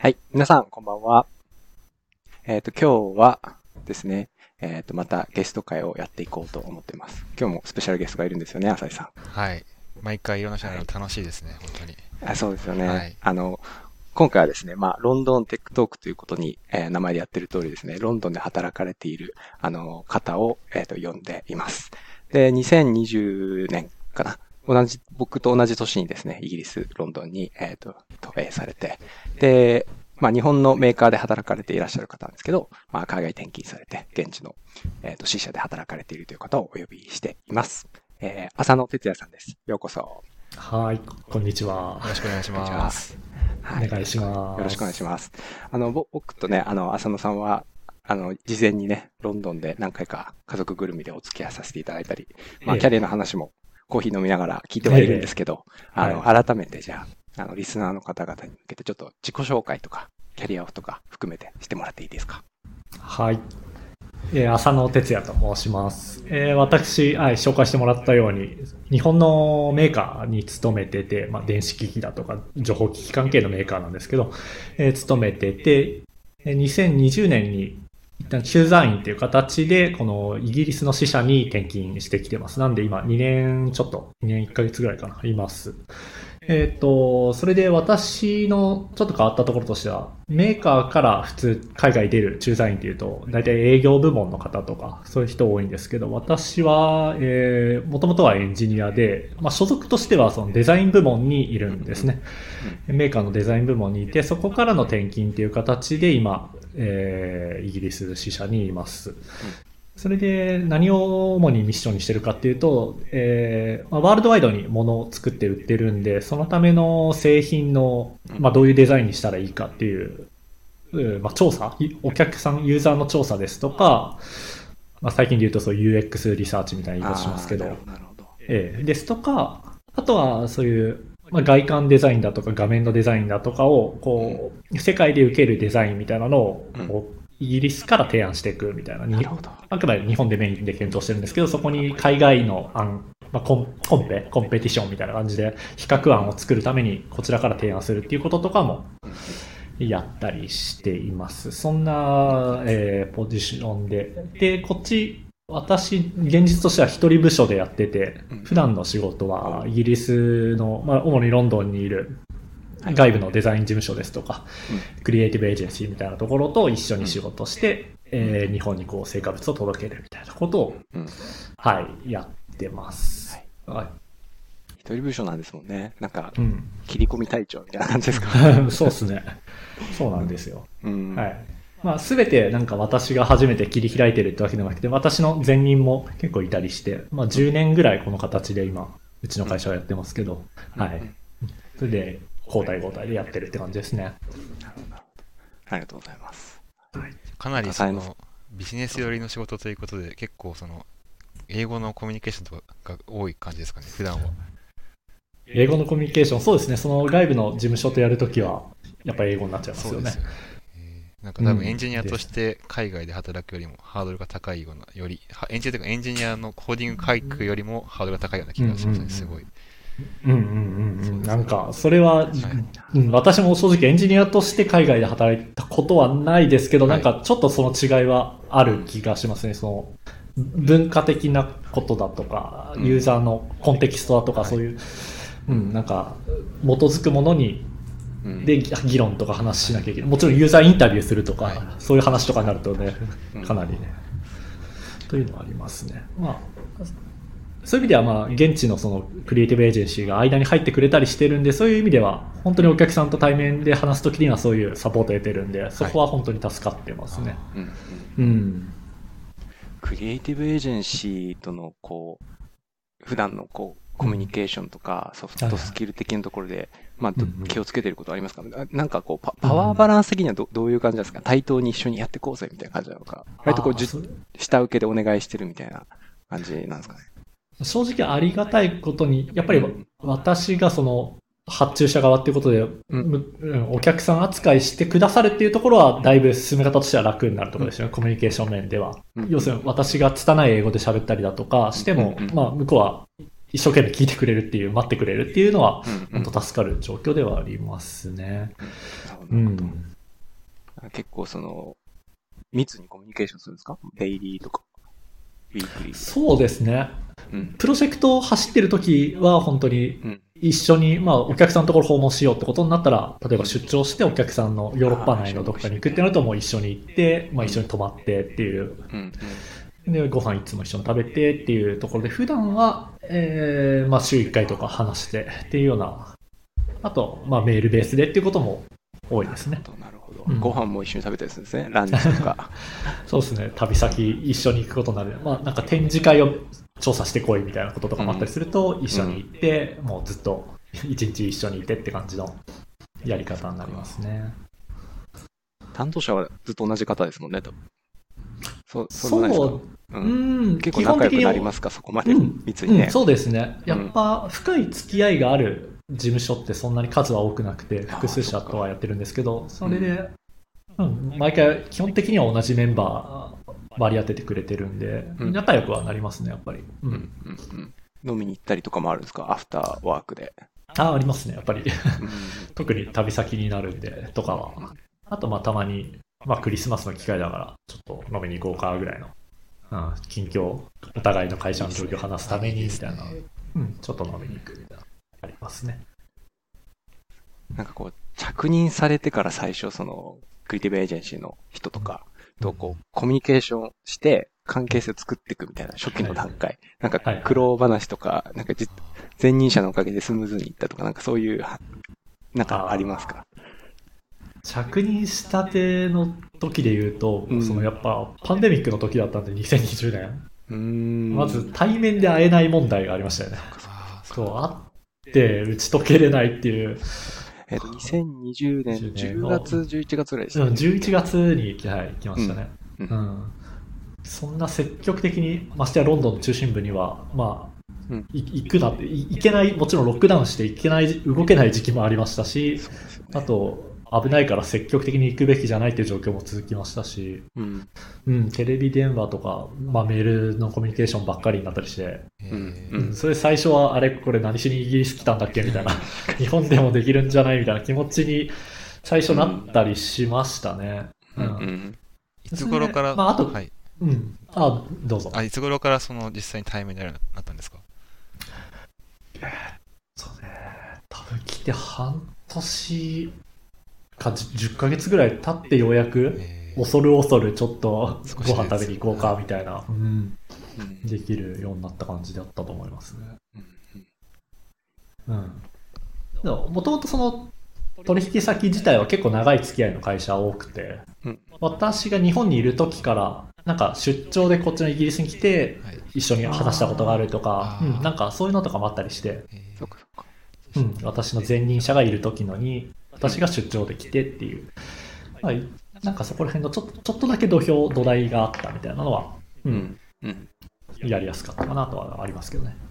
はい。皆さん、こんばんは。今日はですね、またゲスト会をやっていこうと思っています。今日もスペシャルゲストがいるんですよね、浅井さん。 はい。毎回いろんな人がはい。 楽しいですね、本当に。 そうですよね。 はい。 今回はですね、ロンドンテックトークということに、名前でやってる通りですね、ロンドンで働かれている、方を、呼んでいます。で、2020年かな。僕と同じ年にですね、イギリス、ロンドンに、渡米されて、で、日本のメーカーで働かれていらっしゃる方なんですけど、海外転勤されて、現地の、支社で働かれているという方をお呼びしています。浅野哲也さんです。ようこそ。 はい、こんにちは。 よろしくお願いしこんにちは。 ます。 はい。よお願いしろしくお願いします。 ます。僕とね、浅野さんは、事前にね、ロンドンで何回か家族ぐるみでお付き合いさせていただいたり、キャリアのえ話もコーヒー飲みながら聞いてえ、 はいるんですけど、 はい。 改めてじゃリスナーの方々に向けてちょっと自己紹介とか、キャリアとか含めてしてもらっていいですか？ はい。浅野哲也と申します。私、紹介してもらったように、日本のメーカーに勤めてて、電子機器だとか、情報機器関係のメーカーなんですけど、勤めてて、2020年に一旦駐在員っていう形で、このイギリスの支社に転勤してきてます。なんで今2年ちょっと、2年1ヶ月ぐらいかな、います。それで私のちょっと変わったところとしては、メーカーから普通海外出る駐在員っていうと、大体営業部門の方とか、そういう人多いんですけど、私は、もともとはエンジニアで、所属としてはそのデザイン部門にいるうんんですね。 うんうんメーカーのデザイン部門にいて、そこからの転勤っていう形で今、イギリス支社にいます。 うんそれで何を主にミッションにしてるかっていうと、ワールドワイドに物を作って売ってるんで、そのための製品の、 うんどういうデザインにしたらいいかっていう、調査、お客さん、ユーザーの調査ですとか、最近で言うとそう UX リサーチみたいな言い方しますけど、 なるほど、なるほど。 ですとか、あとはそういう、外観デザインだとか画面のデザインだとかを、 うん世界で受けるデザインみたいなのを、 うんイギリスから提案していくみたいな、 なるほど。 あくまで日本でメインで検討してるんですけど、そこに海外の案、コンペティションみたいな感じで、比較案を作るために、こちらから提案するっていうこととかもうんやったりしています。そんうんな、ポジションで。で、こっち、私、現実としては一人部署でやってて、 うん普段の仕事おはイギリスの、主にロンドンにいるはい。 外部のデザイン事務所ですとか、 うんクリエイティブエージェンシーみたいなところと一緒に仕うん事して、日本にこう成果物を届けるみたいなことを、 うんはい、やってます。 はい。 は一人部署なんですもんね。なんか、 い。うん。 切り込み隊長みたいな感じですか？ そうですね。そうなんですよ。 うん。 はい。すべてなんか私が初めて切り開いてるってわけではなくて、私の前任も結構いたりして、10年ぐらいこの形で今、うちの会社はやってますけど、はい。 うんうんそれで、交代交代でやってるって感じですね。 なるほど、なるほど。ありがとうございます。 はい。 かなり多彩の、 ビジネス寄りの仕事ということで、結構英語のコミュニケーションとかが多い感じですかね、普段は。 英語のコミュニケーション、そうですね。その外部の事務所とやるときは、やっぱり英語になっちゃいますよね。 そうですよね。なんかうん。 多分エンジニアとしです。 て海外で働くよりもハードルが高いような、より、エンジニアというかエンジニアのコーディング書くよりもハードルが高いような気うんうんがしますね、すごい。 うん。うんうんうんうん。 そうですね。 なんか、それは、 はい。 私も正直エンジニアとして海外で働いたことはないですけど、なはい。 んかちょっとその違いはあうん、 る気がしますね。その、文化的なことだとか、 うん、 ユーザーのコンテキストだとか、 はい。 そういう、なんか、基づくものに、 うん、 で、議論とか話しなきゃいけない。もちろんユーザーインタビューするとはい。 か、そういう話とかになるとね、 うん、 かなりね、というのはありますね。そういう意味では、現地のそのクリエイティブエージェンシーが間に入ってくれたりしてるんで、そういう意味では、本当にお客さんと対面で話すときにはそういうサポートを得てるんで、そはい。 こは本当に助かってますね。 うん、うん。 うん。 クリエイティブエージェンシーとの、普段のコミュニうん。 ケーションとかソフトスはいはい。 キル的なところで、 うんうん。 気をつけてることありますか？なんかパワーバうんうん。 ランス的にはどういう感じなんですか？対等に一緒にやっていこうぜみたいな感じなのか、割とああ、 下請けでお願いしてるみたいな感じなんですかね？ 正直ありがたいことに、やっぱりうん、 私がその発注者側っていうことで、 うん、 お客さん扱いしてくださるっていうところは、だいぶ進め方としては楽になるとこうん、 ろですよね、コミュニケーション面では。 うん、 要するに私が拙い英語で喋ったりだとかしてうん、 も、 うん、 向こうは一生懸命聞いてくれるっていう、待ってくれるっていうのは、 うん、うん、 本当助かる状況ではありますね。 うん。なるほど、 うん。 なるほど。 結構密にコミュニケーションするんですか？デイリーとか、ウィークリー。 そうですね。 うん。 プロジェクトを走ってる時は本当にうん。 一緒に、お客さんのところ訪問しようってことになったら、例えば出張してお客さんのヨーロッパ内のどっかに行くってなるともう一緒に行って、一緒に泊まってっていう。 うん。 で、ご飯いつも一緒に食べてっていうところで、普段は、週1回とか話してっていうような、あと、メールベースでっていうことも多いですね。 なるほど。 うんご飯も一緒に食べたりするんですね。ランチとか。 そうですね。旅先一緒に行くことになる。なんか展示会を調査してこいみたいなこととかもあったりすると、一緒に行って、もうずっと一日一緒にいてって感じのやり方になりますね。 担当者はずっと同じ方ですもんね、多分。そうないですか？結構仲良くなりますか、そこまで密にね。 そうですね。やっぱ深い付き合いがある事務所ってそんなに数は多くなくて、複数社とはやってるんですけど、それで、毎回基本的には同じメンバー割り当ててくれてるんで、仲良くはなりますね、やっぱり。 飲みに行ったりとかもあるんですか？アフターワークで。 ありますね、やっぱり。特に旅先になるんで、とかは。あと、たまに、クリスマスの機会だから、ちょっと飲みに行こうか、ぐらいの。近況、お互いの会社の状況を話すために、みたいな。ちょっと飲みに行くみたいな。ありますね。 なんか着任されてから最初、クリエイティブエージェンシーの人とかとコミュニケーションして、関係性を作っていくみたいな初期の段階。なんか苦労話とか、なんか前任者のおかげでスムーズにいったとか、なんかそういう、なんかありますか？ 着任したての時で言うと、やっぱパンデミックの時だったんで、2020年。まず対面で会えない問題がありましたよね。会って打ち解けれないっていう。 2020年10月、11月ぐらいでしたね。 11月に、来ましたね。そんな積極的に、ましてやロンドンの中心部には、行くなって、行けない、もちろんロックダウンして動けない時期もありましたし、あと、危ないから積極的に行くべきじゃないという状況も続きましたし、テレビ電話とか、メールのコミュニケーションばっかりになったりして、それ最初はこれ何しにイギリス来たんだっけみたいな、日本でもできるんじゃないみたいな気持ちに最初なったりしましたね。 いつ頃から、 あと、どうぞ。 いつ頃から実際に対面になるようになったんですか？ そうね、多分来て半年か10ヶ月ぐらい経ってようやく、恐る恐るちょっとご飯食べに行こうかみたいな、できるようになった感じだったと思いますね。もともと取引先自体は結構長い付き合いの会社多くて、私が日本にいる時からなんか出張でこっちのイギリスに来て一緒に話したことがあるとか、なんかそういうのとかもあったりして、私の前任者がいる時のに私が出張で来てっていう、なんかそこら辺のちょっとだけ土台があったみたいなのは、やりやすかったかなとはありますけどね。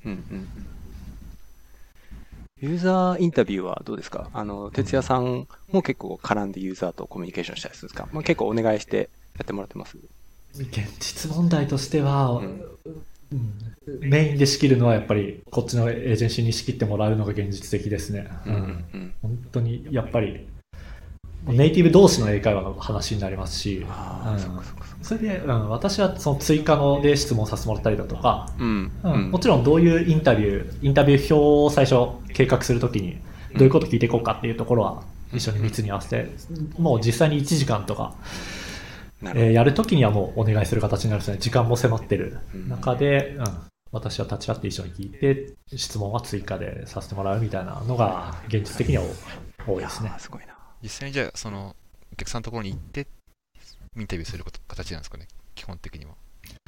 ユーザーインタビューはどうですか？哲也さんも結構絡んでユーザーとコミュニケーションしたりするんですか？結構お願いしてやってもらってます？ 現実問題としては、メインで仕切るのはやっぱりこっちのエージェンシーに仕切ってもらうのが現実的ですね。本当にやっぱりネイティブ同士の英会話の話になりますし、それで、私はその追加で質問させてもらったりだとか、もちろんどういうインタビュー表を最初計画するときにどういうこと聞いていこうかっていうところは一緒に密に合わせて、もう実際に1時間とかやるときにはもうお願いする形になるんですね。時間も迫ってる中で、私は立ち会って一緒に聞いて質問は追加でさせてもらうみたいなのが現実的には多いですね。 すごいな。 実際にじゃあお客さんのところに行ってインタビューする形なんですかね、基本的には。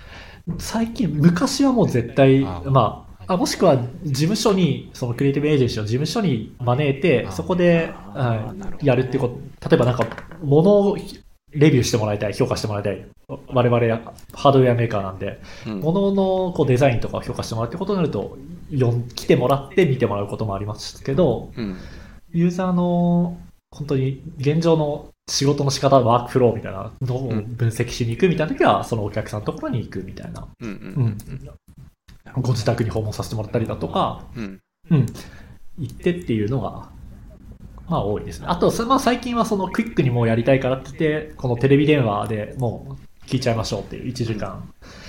昔はもう絶対、もしくは事務所に、そのクリエイティブエージェンシーの事務所に招いて、そこでやるっていうこと、例えばなんか物をレビューしてもらいたい、評価してもらいたい。我々ハードウェアメーカーなんで、物のデザインとかを評価してもらうってことになると、来てもらって見てもらうこともありますけど、ユーザーの本当に現状の仕事の仕方、ワークフローみたいなのを分析しに行くみたいな時は、そのお客さんのところに行くみたいな。ご自宅に訪問させてもらったりだとか、行ってっていうのが、 まあ多いですね。あと、まあ最近はそのクイックにもうやりたいからって言って、このテレビ電話でもう聞いちゃいましょうっていう1時間。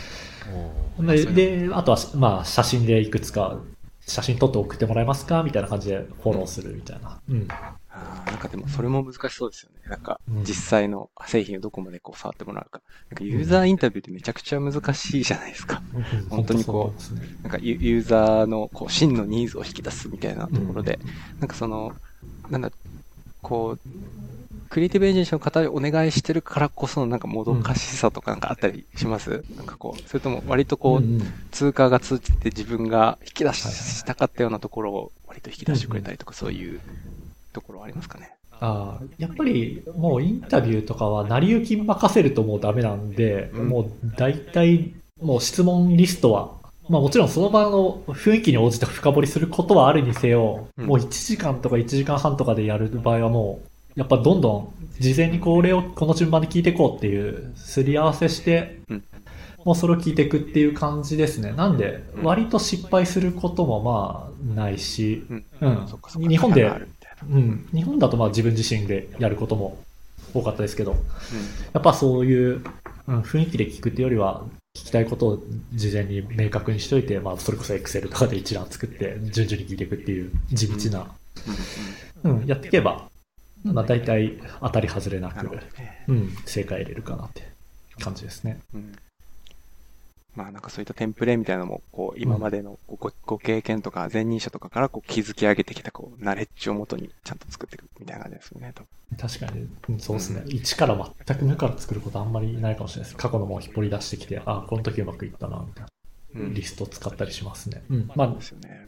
で、あとはまあ写真でいくつか、写真撮って送ってもらえますかみたいな感じでフォローするみたいな。 なんかでもそれも難しそうですよね。なんか実際の製品をどこまでこう触ってもらうか。なんかユーザーインタビューってめちゃくちゃ難しいじゃないですか。本当にこう、なんかユーザーのこう真のニーズを引き出すみたいなところで、なんかその、なんだ、こう、クリエイティブエージェンシーの方にお願いしてるからこそのなんかもどかしさとかなんかあったりします、なんかこう、それとも割とこう、通貨が通じて自分が引き出したかったようなところを割と引き出してくれたりとか、そういうところはありますかね。 やっぱりもうインタビューとかは成り行き任せるともうダメなんで、もう大体もう質問リストは、まあもちろんその場の雰囲気に応じて深掘りすることはあるにせよ、もう1時間とか1時間半とかでやる場合はもう、やっぱどんどん事前にこれをこの順番で聞いていこうっていうすり合わせして、もうそれを聞いていくっていう感じですね。なんで割と失敗することもまあないし、日本で、日本だとまあ自分自身でやることも多かったですけど、やっぱそういう雰囲気で聞くっていうよりは聞きたいことを事前に明確にしといて、まあそれこそ Excel とかで一覧作って順々に聞いていくっていう地道な、やっていけば、まあ大体当たり外れなく、正解入れるかなって感じですね。 まあなんかそういったテンプレみたいなのも、こう今までのご経験とか前任者とかからこう築き上げてきたこうナレッジをもとにちゃんと作っていくみたいな感じですよね。 確かに、そうですね。一から全く無から作ることあんまりないかもしれないです。過去のものを引っ張り出してきて、この時うまくいったな、みたいな。リストを使ったりしますね。まあ、ですよね。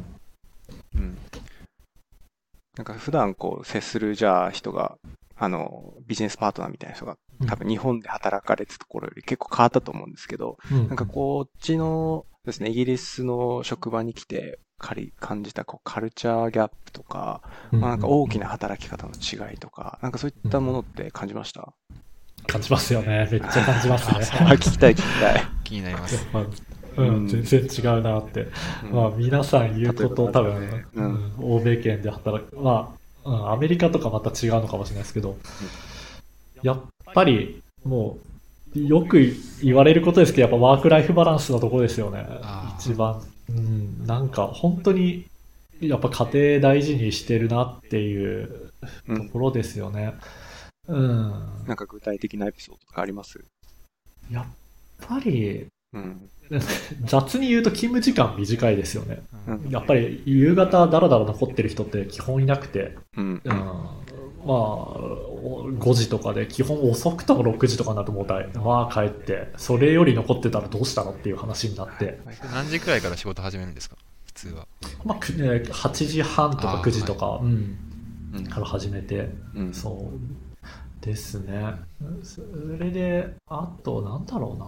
なんか普段こう接するじゃあ人が、ビジネスパートナーみたいな人が多分日本で働かれてたところより結構変わったと思うんですけど、なんかこっちのですね、イギリスの職場に来て感じたこうカルチャーギャップとか、なんか大きな働き方の違いとか、なんかそういったものって感じました？ 感じますよね。めっちゃ感じますね。 聞きたい。 気になります。 全然違うなって。まあ皆さん言うこと多分、欧米圏で働く、まあ、アメリカとかまた違うのかもしれないですけど、やっぱりもうよく言われることですけど、やっぱワークライフバランスのところですよね。一番、なんか本当にやっぱ家庭大事にしてるなっていうところですよね。 なんか具体的なエピソードとかあります？ やっぱり、雑に言うと勤務時間短いですよね。やっぱり夕方だらだら残ってる人って基本いなくて、まあ5時とかで基本遅くとも6時とかになるともうまあ帰って、それより残ってたらどうしたのっていう話になって。 何時くらいから仕事始めるんですか普通は？ まあ8時半とか9時とか、から始めて、そうですね。それであとなんだろ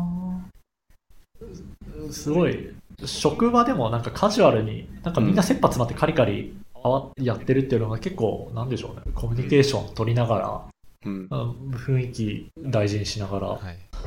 うな、すごい職場でもなんかカジュアルになんかみんな切羽詰まってカリカリやってるっていうのが結構なんでしょうね、コミュニケーション取りながら、雰囲気大事にしながら、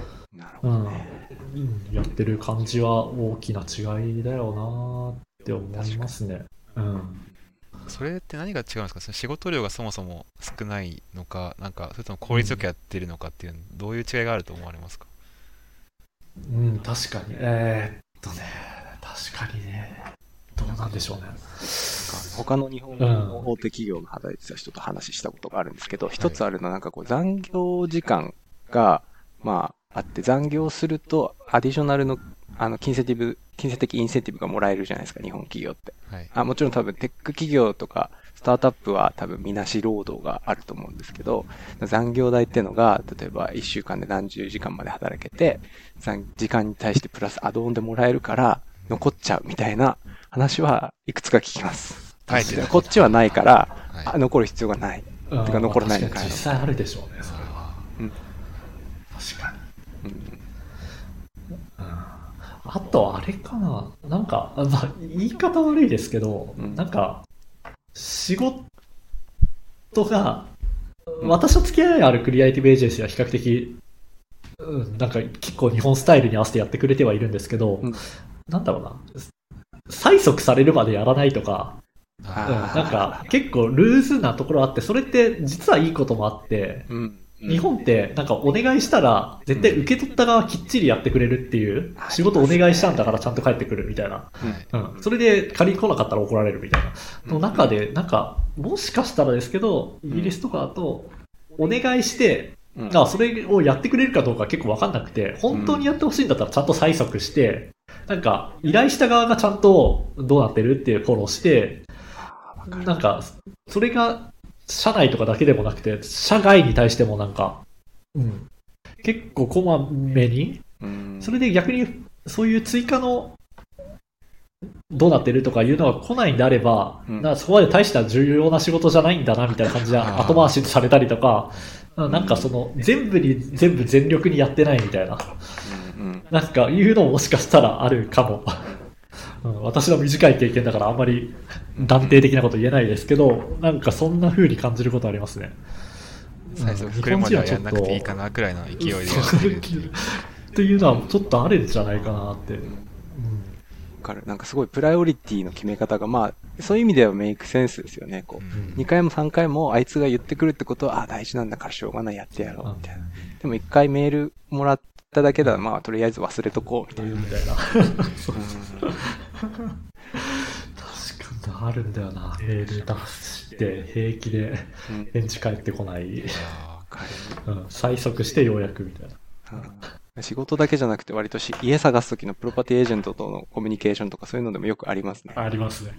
やってる感じは大きな違いだよなって思いますね。 それって何が違うんですか？仕事量がそもそも少ないのか、なんかそれとも効率よくやってるのかっていう、どういう違いがあると思われますか？ 確かに確かにね、どうなんでしょうね。 他の日本の大手企業の働いてた人と話したことがあるんですけど、一つあるのはなんかこう残業時間がまああって、残業するとアディショナルの金銭的インセンティブがもらえるじゃないですか、日本企業って。もちろん多分テック企業とかスタートアップは多分みなし労働があると思うんですけど、残業代っていうのが例えば1週間で何十時間まで働けて、時間に対してプラスアドオンでもらえるから残っちゃうみたいな話はいくつか聞きます。こっちはないから、残る必要がない。てか残らないのか。 実際あるでしょうね、それは。確かに。あとあれかな、なんか、言い方悪いですけど、なんか仕事が、私と付き合いあるクリエイティブエージェンシーは比較的、なんか結構日本スタイルに合わせてやってくれてはいるんですけど、なんだろうな、催促されるまでやらないとか、 なんか結構ルーズなところあって、それって実はいいこともあって、日本ってなんかお願いしたら絶対受け取った側きっちりやってくれるっていう、仕事お願いしたんだからちゃんと帰ってくるみたいな。それで仮に来なかったら怒られるみたいな。の中で、なんかもしかしたらですけど、イギリスとかだとお願いして、それをやってくれるかどうか結構わかんなくて、本当にやってほしいんだったらちゃんと催促して、なんか依頼した側がちゃんとどうなってるっていうフォローして、なんかそれが社内とかだけでもなくて、社外に対してもなんか、結構こまめに、それで逆にそういう追加のどうなってるとかいうのが来ないんであれば、なんかそこまで大した重要な仕事じゃないんだなみたいな感じで後回しされたりとか、なんかその全部全力にやってないみたいな、なんかいうのももしかしたらあるかも。私の短い経験だからあんまり断定的なこと言えないですけど、なんかそんな風に感じることありますね。 最初膨れまではやんなくていいかなくらいの勢いでやってるっていうのはちょっとあるんじゃないかなって。 なんかすごいプライオリティの決め方が、まあ、そういう意味ではメイクセンスですよね。こう、2回も3回もあいつが言ってくるってことは、大事なんだからしょうがないやってやろうみたいな。でも1回メールもらっただけだら、まあ、とりあえず忘れとこうみたいな。 確かにあるんだよな。メール出して平気で返事返ってこない。催促してようやくみたいな。 仕事だけじゃなくて割と家探すときのプロパティエージェントとのコミュニケーションとかそういうのでもよくありますね。 ありますね。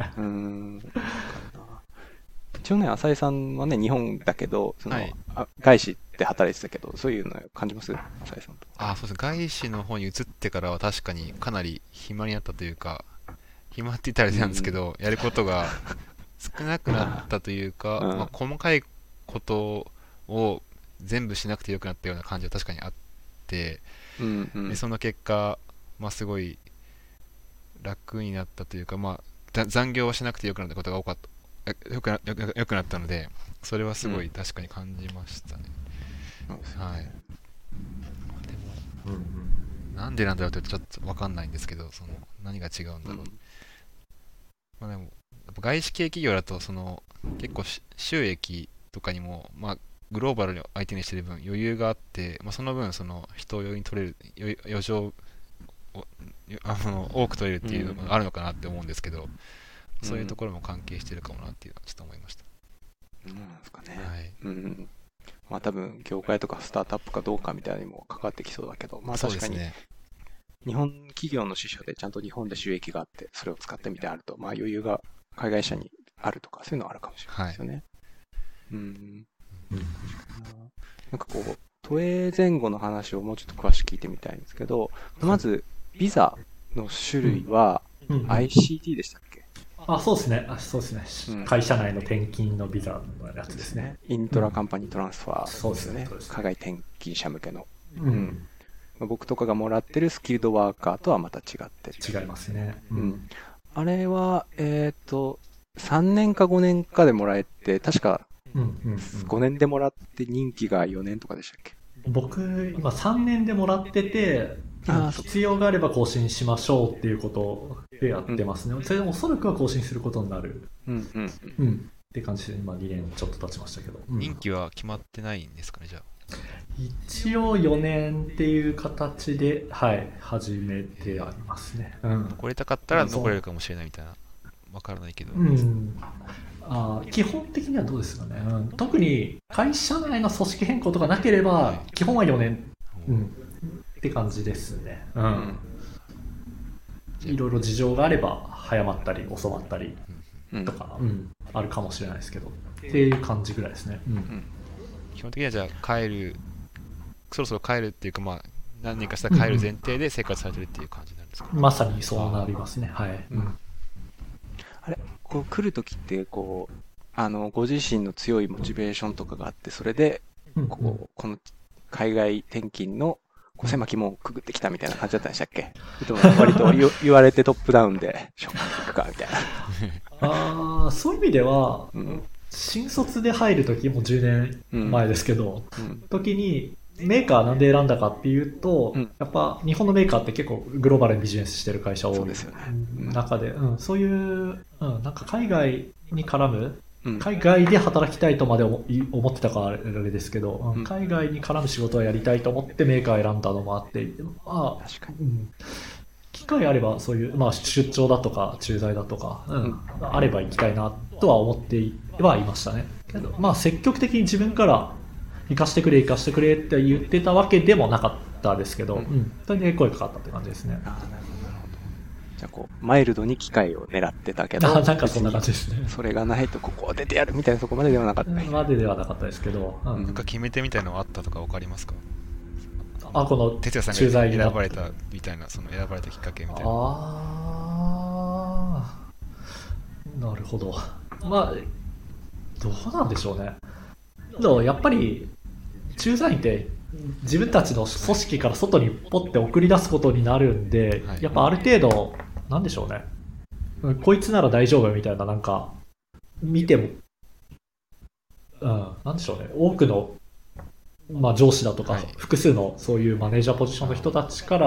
一応ね、浅井さんはね、日本だけど、外資で働いてたけど、そういうの感じます浅井さんと。 そうですね。外資の方に移ってからは確かにかなり暇になったというか、暇って言ったらあれなんですけど、やることが少なくなったというか、細かいことを全部しなくてよくなったような感じは確かにあって、でその結果、すごい楽になったというか、残業はしなくてよくなったことがよくなったので、それはすごい確かに感じましたね。はい。でも、なんでなんだろうってちょっと分かんないんですけど、何が違うんだろう。でも、外資系企業だと、結構収益とかにも、グローバルに相手にしてる分余裕があって、その分人を余裕に取れる余剰を多く取れるっていうのがあるのかなって思うんですけど、そういうところも関係してるかもなっていうのはちょっと思いました。 なんですかね。多分業界とかスタートアップかどうかみたいにも関わってきそうだけど、確かに日本企業の支社でちゃんと日本で収益があってそれを使ってみてあると、余裕が海外社にあるとかそういうのはあるかもしれないですよね。なんかこう都営前後の話をもうちょっと詳しく聞いてみたいんですけど、まずビザの種類は ICT でしたっけ？ そうですね。そうですね。会社内の転勤のビザのやつですね。 イントラカンパニートランスファーですね。海外転勤者向けの。僕とかがもらってるスキルドワーカーとはまた違って違いますね。 あれは、3年か5年かでもらえて、確か5年でもらって任期が4年とかでしたっけ？ 僕、今3年でもらってて、必要があれば更新しましょうっていうことでやってますね。それでもおそらくは更新することになる。って感じで、今2年ちょっと経ちましたけど。 任期は決まってないんですかね、じゃあ。 一応4年っていう形で、始めてありますね。 残りたかったら残れるかもしれないみたいな。わからないけど。 基本的にはどうですかね。特に会社内の組織変更とかなければ、基本は4年。って感じですね。いろいろ事情があれば早まったり遅まったりとか、あるかもしれないですけどっていう感じぐらいですね。 基本的にはじゃあそろそろ帰るっていうか、何年かしたら帰る前提で生活されてるっていう感じなんですかね。 まさにそうなりますね。はい。 あれ、こう来るときってこうご自身の強いモチベーションとかがあって、それでこの海外転勤の狭き門をくぐってきたみたいな感じだったんでしたっけ？割と言われてトップダウンでショック行くかみたいな。そういう意味では、新卒で入るときも10年前ですけど、時にメーカーなんで選んだかっていうと、やっぱ日本のメーカーって結構グローバルにビジネスしてる会社多い中で、そういう、なんか海外に絡む、 うん。 海外で働きたいとまで思ってたからあれですけど、 うん海外に絡む仕事はやりたいと思ってメーカー選んだのもあって、まあ、 確かに。 機会あればそういう、まあ、出張だとか駐在だとか、 んあれば行きたいなとは思ってはいましたね。けど、まあ、積極的に自分から行かしてくれって言ってたわけでもなかったですけど、それで声かかったって感じですね。 ああ、なるほど、なるほど。じゃあこう、マイルドに機会を狙ってたけど、 なんかそんな感じですね。 それがないとここを出てやるみたいなそこまでではなかった。 までではなかったですけど、 なんか決め手みたいなのあったとか分かりますか？ この哲也さんが選ばれたみたいな、その選ばれたきっかけみたいな。 なるほど。まあ、どうなんでしょうね。でもやっぱり、駐在員って自分たちの組織から外にポッて送り出すことになるんで、 はい、 やっぱある程度、なんでしょうね。こいつなら大丈夫みたいな、なんか、見ても、なんでしょうね。多くの、まあ、上司だとか、 はい、 複数のそういうマネージャーポジションの人たちから、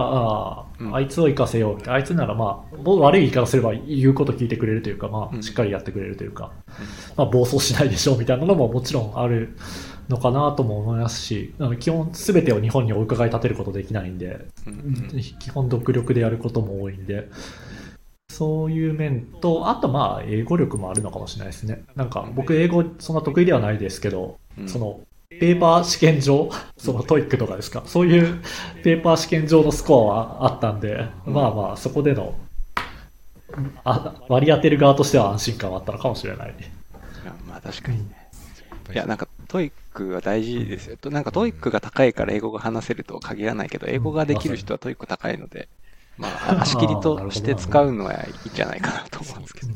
あいつを行かせようみたいな、あいつならまあ、悪い言い方すれば言うこと聞いてくれるというか、まあ、しっかりやってくれるというか、まあ、暴走しないでしょうみたいなのももちろんあるのかなとも思いますし、基本全てを日本にお伺い立てることできないんで、基本独力でやることも多いんで、そういう面と、あとまあ英語力もあるのかもしれないですね。なんか僕英語そんな得意ではないですけど、そのペーパー試験上、そのトイックとかですか、そういうペーパー試験上のスコアはあったんで、まあまあそこでの割り当てる側としては安心感はあったのかもしれない。 まあ確かにね。いや、なんかトイックは大事ですよ。なんかトイックが高いから英語が話せるとは限らないけど、英語ができる人はトイック高いので、まあ足切りとして使うのはいいんじゃないかなと思うんですけど。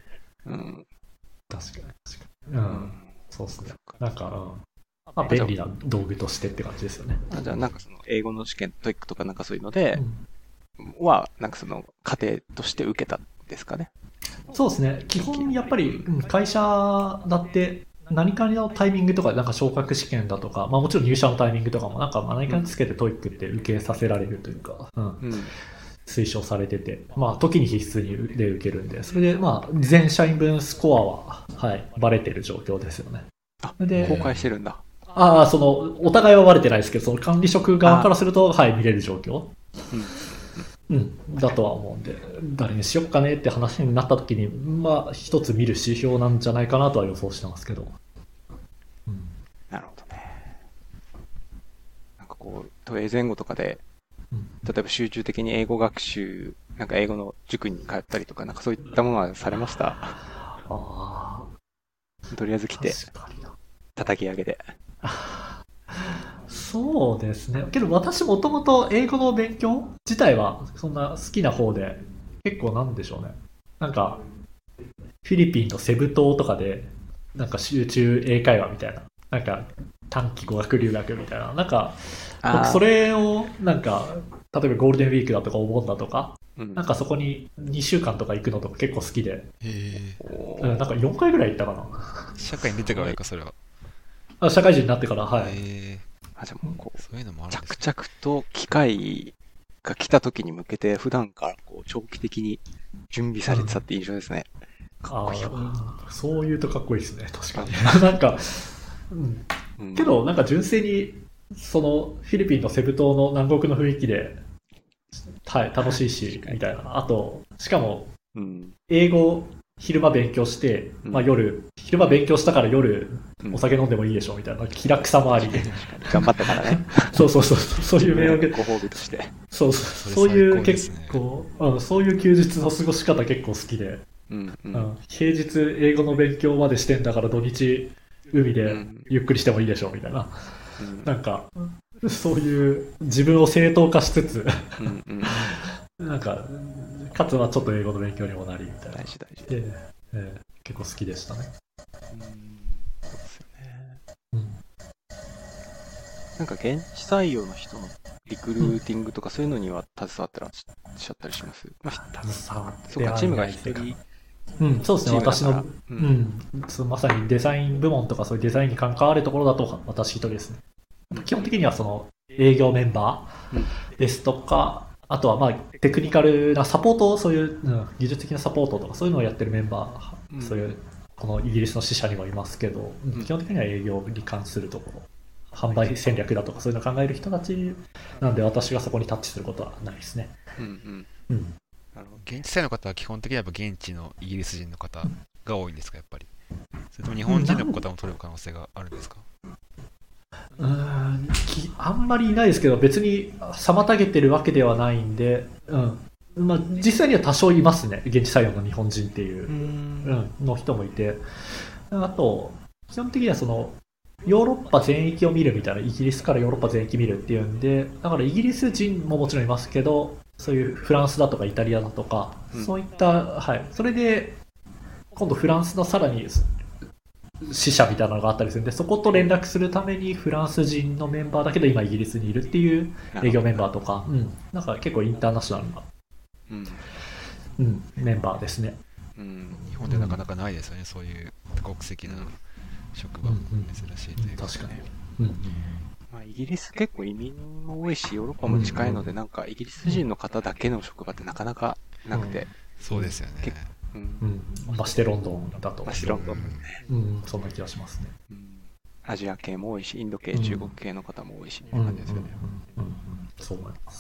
確かに。そうですね。なんか、まあ便利な道具としてって感じですよね。 じゃあなんかその英語の試験、トイックとかなんかそういうので、は、なんかその過程として受けたんですかね。 そうですね。基本やっぱり会社だって何かのタイミングとか、なんか昇格試験だとか、まあもちろん入社のタイミングとかもなんか何かにつけてトイックって受けさせられるというか、推奨されてて、まあ時に必須にで受けるんで、それでまあ全社員分スコアは、はい、バレてる状況ですよね。 で、公開してるんだ。 その、お互いはバレてないですけど、その管理職側からすると、はい、見れる状況。だとは思うんで、誰にしよっかねって話になった時に、まあ、一つ見る指標なんじゃないかなとは予想してますけど。 なるほどね。なんかこう、都営前後とかで、例えば集中的に英語学習、なんか英語の塾に通ったりとか、なんかそういったものはされました？とりあえず来て、叩き上げで。 そうですね。けど私もともと英語の勉強自体はそんな好きな方で、結構なんでしょうね。なんか、フィリピンのセブ島とかで、なんか集中英会話みたいな、なんか短期語学留学みたいな、なんか、僕それをなんか、例えばゴールデンウィークだとかお盆だとか、なんかそこに2週間とか行くのとか結構好きで、なんか4回ぐらい行ったかな。 社会に出てからか、それは。 社会人になってから、はい。 じゃあもうこう、 そういうのもあるんですね。 着々と機会が来た時に向けて、普段からこう長期的に準備されてたって印象ですね。かっこいいわ。 そう言うとかっこいいですね、確かに。なんか、けど、なんか純粋に、そのフィリピンのセブ島の南国の雰囲気で、はい、楽しいし、みたいな。あと、しかも、英語、昼間勉強して、まあ昼間勉強したから夜、お酒飲んでもいいでしょ、みたいな。気楽さもあり。 頑張ったからね。 そういう名誉ご褒美として。 そういう結構、そういう休日の過ごし方結構好きで、平日英語の勉強までしてんだから土日海でゆっくりしてもいいでしょ、みたいな。なんか、そういう自分を正当化しつつ、なんか、かつはちょっと英語の勉強にもなりみたいな。 大事。 結構好きでしたね。 そうですよね。なんか現地採用の人のリクルーティングとかそういうのには携わってらっしゃったりします？ 携わってそうか、チームが一人。 そうですね、私の、まさにデザイン部門とかそういうデザインに関わるところだと私一人ですね。基本的にはその営業メンバーですとか、あとはまあテクニカルなサポート、そういう、技術的なサポートとかそういうのをやってるメンバー、そういうこのイギリスの支社にもいますけど、基本的には営業に関するところ、販売戦略だとかそういうのを考える人たちなんで、私がそこにタッチすることはないですね。 なるほど。現地採用の方は基本的にはやっぱ現地のイギリス人の方が多いんですか、やっぱり。それとも日本人の方も取る可能性があるんですか？ あんまりいないですけど、別に妨げてるわけではないんで、実際には多少いますね、現地採用の日本人っていう、の人もいて、あと、基本的にはそのヨーロッパ全域を見るみたいな、イギリスからヨーロッパ全域見るっていうんで、だからイギリス人ももちろんいますけど、そういうフランスだとかイタリアだとか、そういった、それで今度フランスのさらに支社みたいなのがあったりするんで、そこと連絡するためにフランス人のメンバーだけど今イギリスにいるっていう営業メンバーとか、なんか結構インターナショナルな、メンバーですね。 日本でなかなかないですよね、そういう多国籍な職場、珍しいというか。 確かに。 まあ、イギリス結構移民も多いし、ヨーロッパも近いので、なんかイギリス人の方だけの職場ってなかなかなくて。 そうですよね。 ましてロンドンだと。 ましてロンドンね。そんな気がしますね。 アジア系も多いし、インド系、中国系の方も多いし、って感じですよね。 そう思います。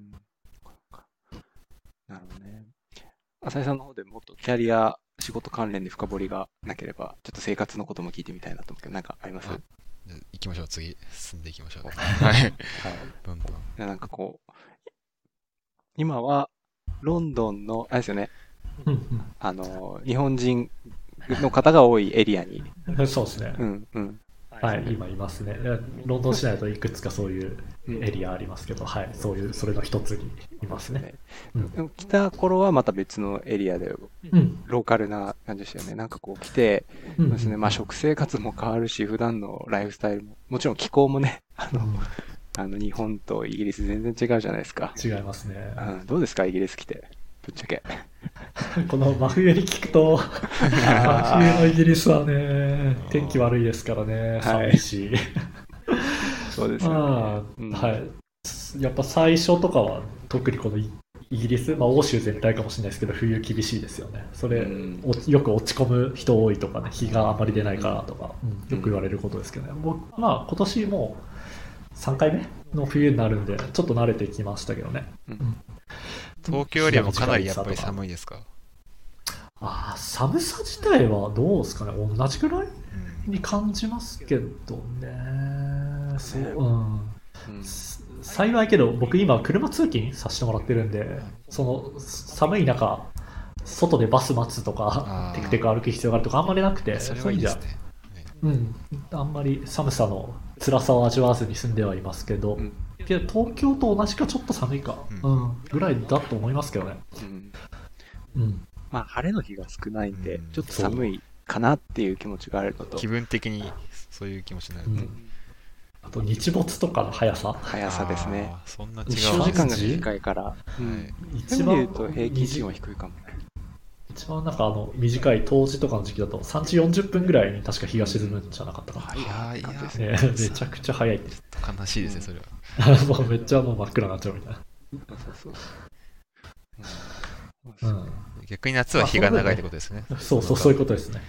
なるほどね。浅井さんの方でもっとキャリア、仕事関連で深掘りがなければ、ちょっと生活のことも聞いてみたいなと思うけど、なんかあります？ 行きましょう、次。進んでいきましょう。はい。どんどん。 なんかこう、今は、ロンドンの、あれですよね、日本人の方が多いエリアに。 そうですね。今いますね。ロンドン市内だといくつかそういうエリアありますけど、それの一つにいますね。 来た頃はまた別のエリアで、ローカルな感じでしたよね。なんかこう来て、まあ食生活も変わるし、普段のライフスタイルも、もちろん気候もね、日本とイギリス全然違うじゃないですか。 違いますね。 どうですか、イギリス来て。ぶっちゃけ。 この真冬に聞くと、真冬のイギリスはね、天気悪いですからね、寒いし。 そうですよね。やっぱ最初とかは、特にこのイギリス、欧州全体かもしれないですけど、冬厳しいですよね。それ、よく落ち込む人多いとかね、日があまり出ないからとか、よく言われることですけどね。今年もう3回目の冬になるんで、ちょっと慣れてきましたけどね。 東京よりもかなりやっぱり寒いですか？ 寒さ自体はどうですかね、同じぐらいに感じますけどね。幸いけど、僕今車通勤させてもらってるんで、その寒い中、外でバス待つとか、テクテク歩く必要があるとかあんまりなくて、 そういう意味じゃ、 あんまり寒さの辛さを味わわずに済んではいますけど、東京と同じかちょっと寒いか、ぐらいだと思いますけどね。 まあ晴れの日が少ないんで、ちょっと寒いかなっていう気持ちがあるのと、 気分的にそういう気持ちになる。 あと日没とかの速さですね。 そんな違う。 日照時間が短いから、一番言うと平均気温低いかもね。 一番なんか短い冬至とかの時期だと3時40分ぐらいに確か日が沈むんじゃなかったかな。めちゃくちゃ早いです。 悲しいですね、それは。もうめっちゃ真っ暗になっちゃうみたいな。 逆に夏は日が長いってことですね。 そういうことですね。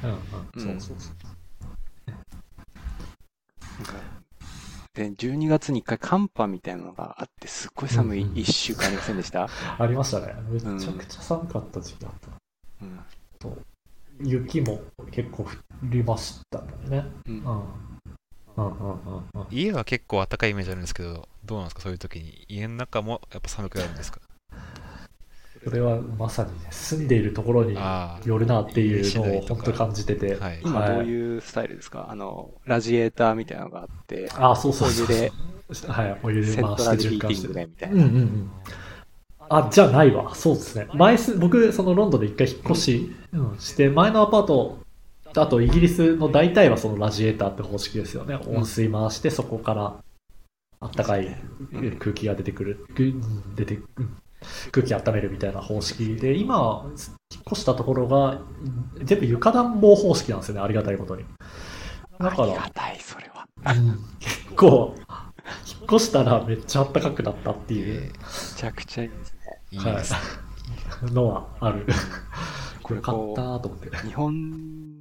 で、12月に1回寒波みたいなのがあって、すっごい寒い1週間ありませんでした？ ありましたね。めちゃくちゃ寒かった時期だった。雪も結構降りましたね。 家は結構暖かいイメージあるんですけど、どうなんですか、そういう時に。家の中もやっぱ寒くなるんですか？ それはまさに、住んでいるところによるなっていうのを本当に感じてて。 今どういうスタイルですか？ラジエーターみたいなのがあって、 お湯で、 お湯で回して循環してるみたいな。 じゃないわ。そうですね。僕、そのロンドンで一回引っ越しして、前のアパート、あとイギリスの大体はそのラジエーターって方式ですよね。温水回して、そこから暖かい空気が出てくる。空気温めるみたいな方式で、今、引っ越したところが、全部床暖房方式なんですよね、ありがたいことに。だから、 ありがたい、それは。 結構、引っ越したらめっちゃ暖かくなったっていう。 めちゃくちゃいいですね。 いいですね。 のはある。これ買ったと思って。 日本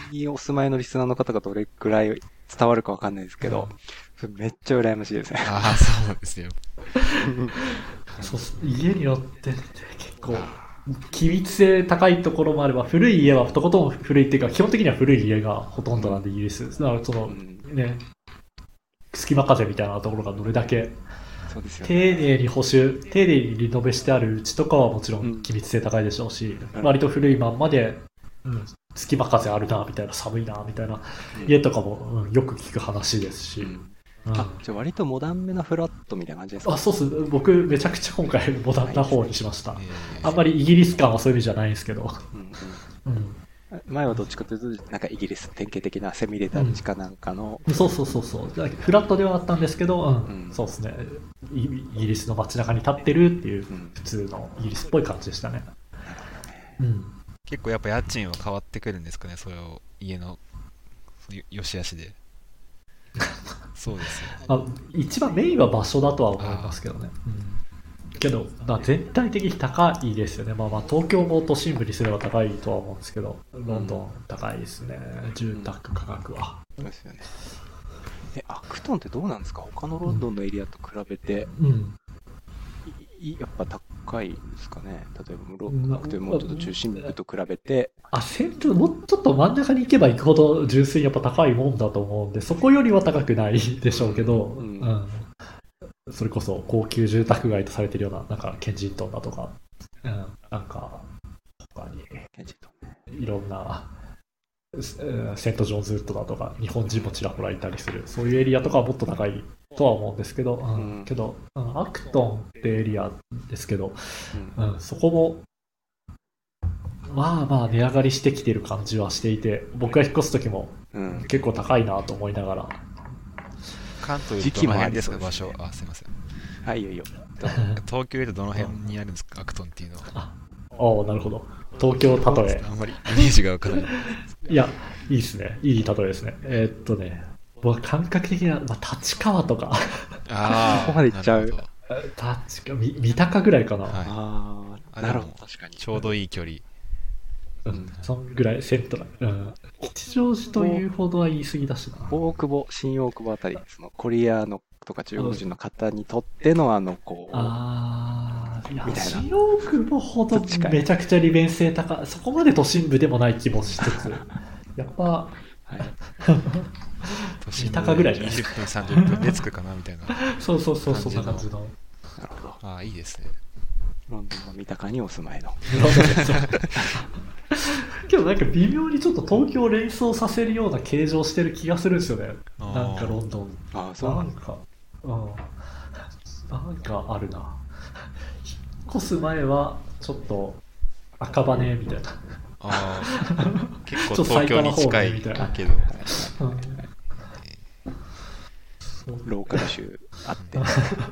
にお住まいのリスナーの方がどれくらい伝わるかわかんないですけど、それめっちゃ羨ましいですね。 ああ、そうですよ。 そう家によって結構機密性高いところもあれば、古い家はとことん古いっていうか、基本的には古い家がほとんどなんでイギリス。だからそのね、隙間風みたいなところがどれだけそうですよね。 丁寧に補修、丁寧にリノベしてあるうちとかはもちろん機密性高いでしょうし、割と古いまんまで、隙間風あるなみたいな、寒いなみたいな家とかも、よく聞く話ですし。 じゃあ割とモダンめなフラットみたいな感じですか？ そうっす。僕めちゃくちゃ今回モダンな方にしました。あんまりイギリス感はそういう意味じゃないんですけど。 前はどっちかというと、なんかイギリス典型的なセミレタッチかなんかの。 そう。フラットではあったんですけど、そうですね。イギリスの街中に立ってるっていう、普通のイギリスっぽい感じでしたね。 結構やっぱ家賃は変わってくるんですかね、それを家の良し悪しで。そうですよね。 一番メインは場所だとは思いますけどね。けど、全体的に高いですよね。東京も都心部にすれば高いとは思うんですけど、ロンドン高いですね。住宅価格は。 そうですよね。アクトンってどうなんですか？他のロンドンのエリアと比べて、やっぱ高いですかね。例えばアクトンもうちょっと中心部と比べて。 セントもうちょっと真ん中に行けば行くほど純粋にやっぱ高いもんだと思うんで、そこよりは高くないでしょうけど、それこそ高級住宅街とされてるような、なんかケンジントンだとか、なんか他にいろんなセントジョーンズウッドだとか日本人もちらほらいたりする、そういうエリアとかはもっと高いとは思うんですけど、アクトンってエリアですけど、そこも値上がりしてきてる感じはしていて、僕が引っ越す時も結構高いなと思いながら。 関東よりどの辺ですか、場所。すいません。 はい、いよ。 東京よりどの辺にあるんですか、アクトンっていうのは。なるほど。東京例え。 あんまりイメージがわからない。 いや、いいですね。いい例えですね。僕感覚的な、立川とか。 そこまで行っちゃう。 三鷹ぐらいかな。 なるほど、確かに。 ちょうどいい距離。 そんぐらいセントラル。吉祥寺というほどは言い過ぎだしな。 大久保、新大久保あたり、そのコリアのとか中国人の方にとってのいや、新大久保ほどめちゃくちゃ利便性高い、そこまで都心部でもない気もしつつ、やっぱ、三鷹ぐらいじゃないですか。 20分、30分で着くかなみたいな。 そう、そんな感じの。 なるほど。 いいですね。 ロンドンの三鷹にお住まいの。 けどなんか微妙にちょっと東京を連想させるような形状してる気がするんですよね。なんかロンドン。なんかあるな。引っ越す前はちょっと赤羽みたいな。 結構東京に近いけど。 ローカル州あって。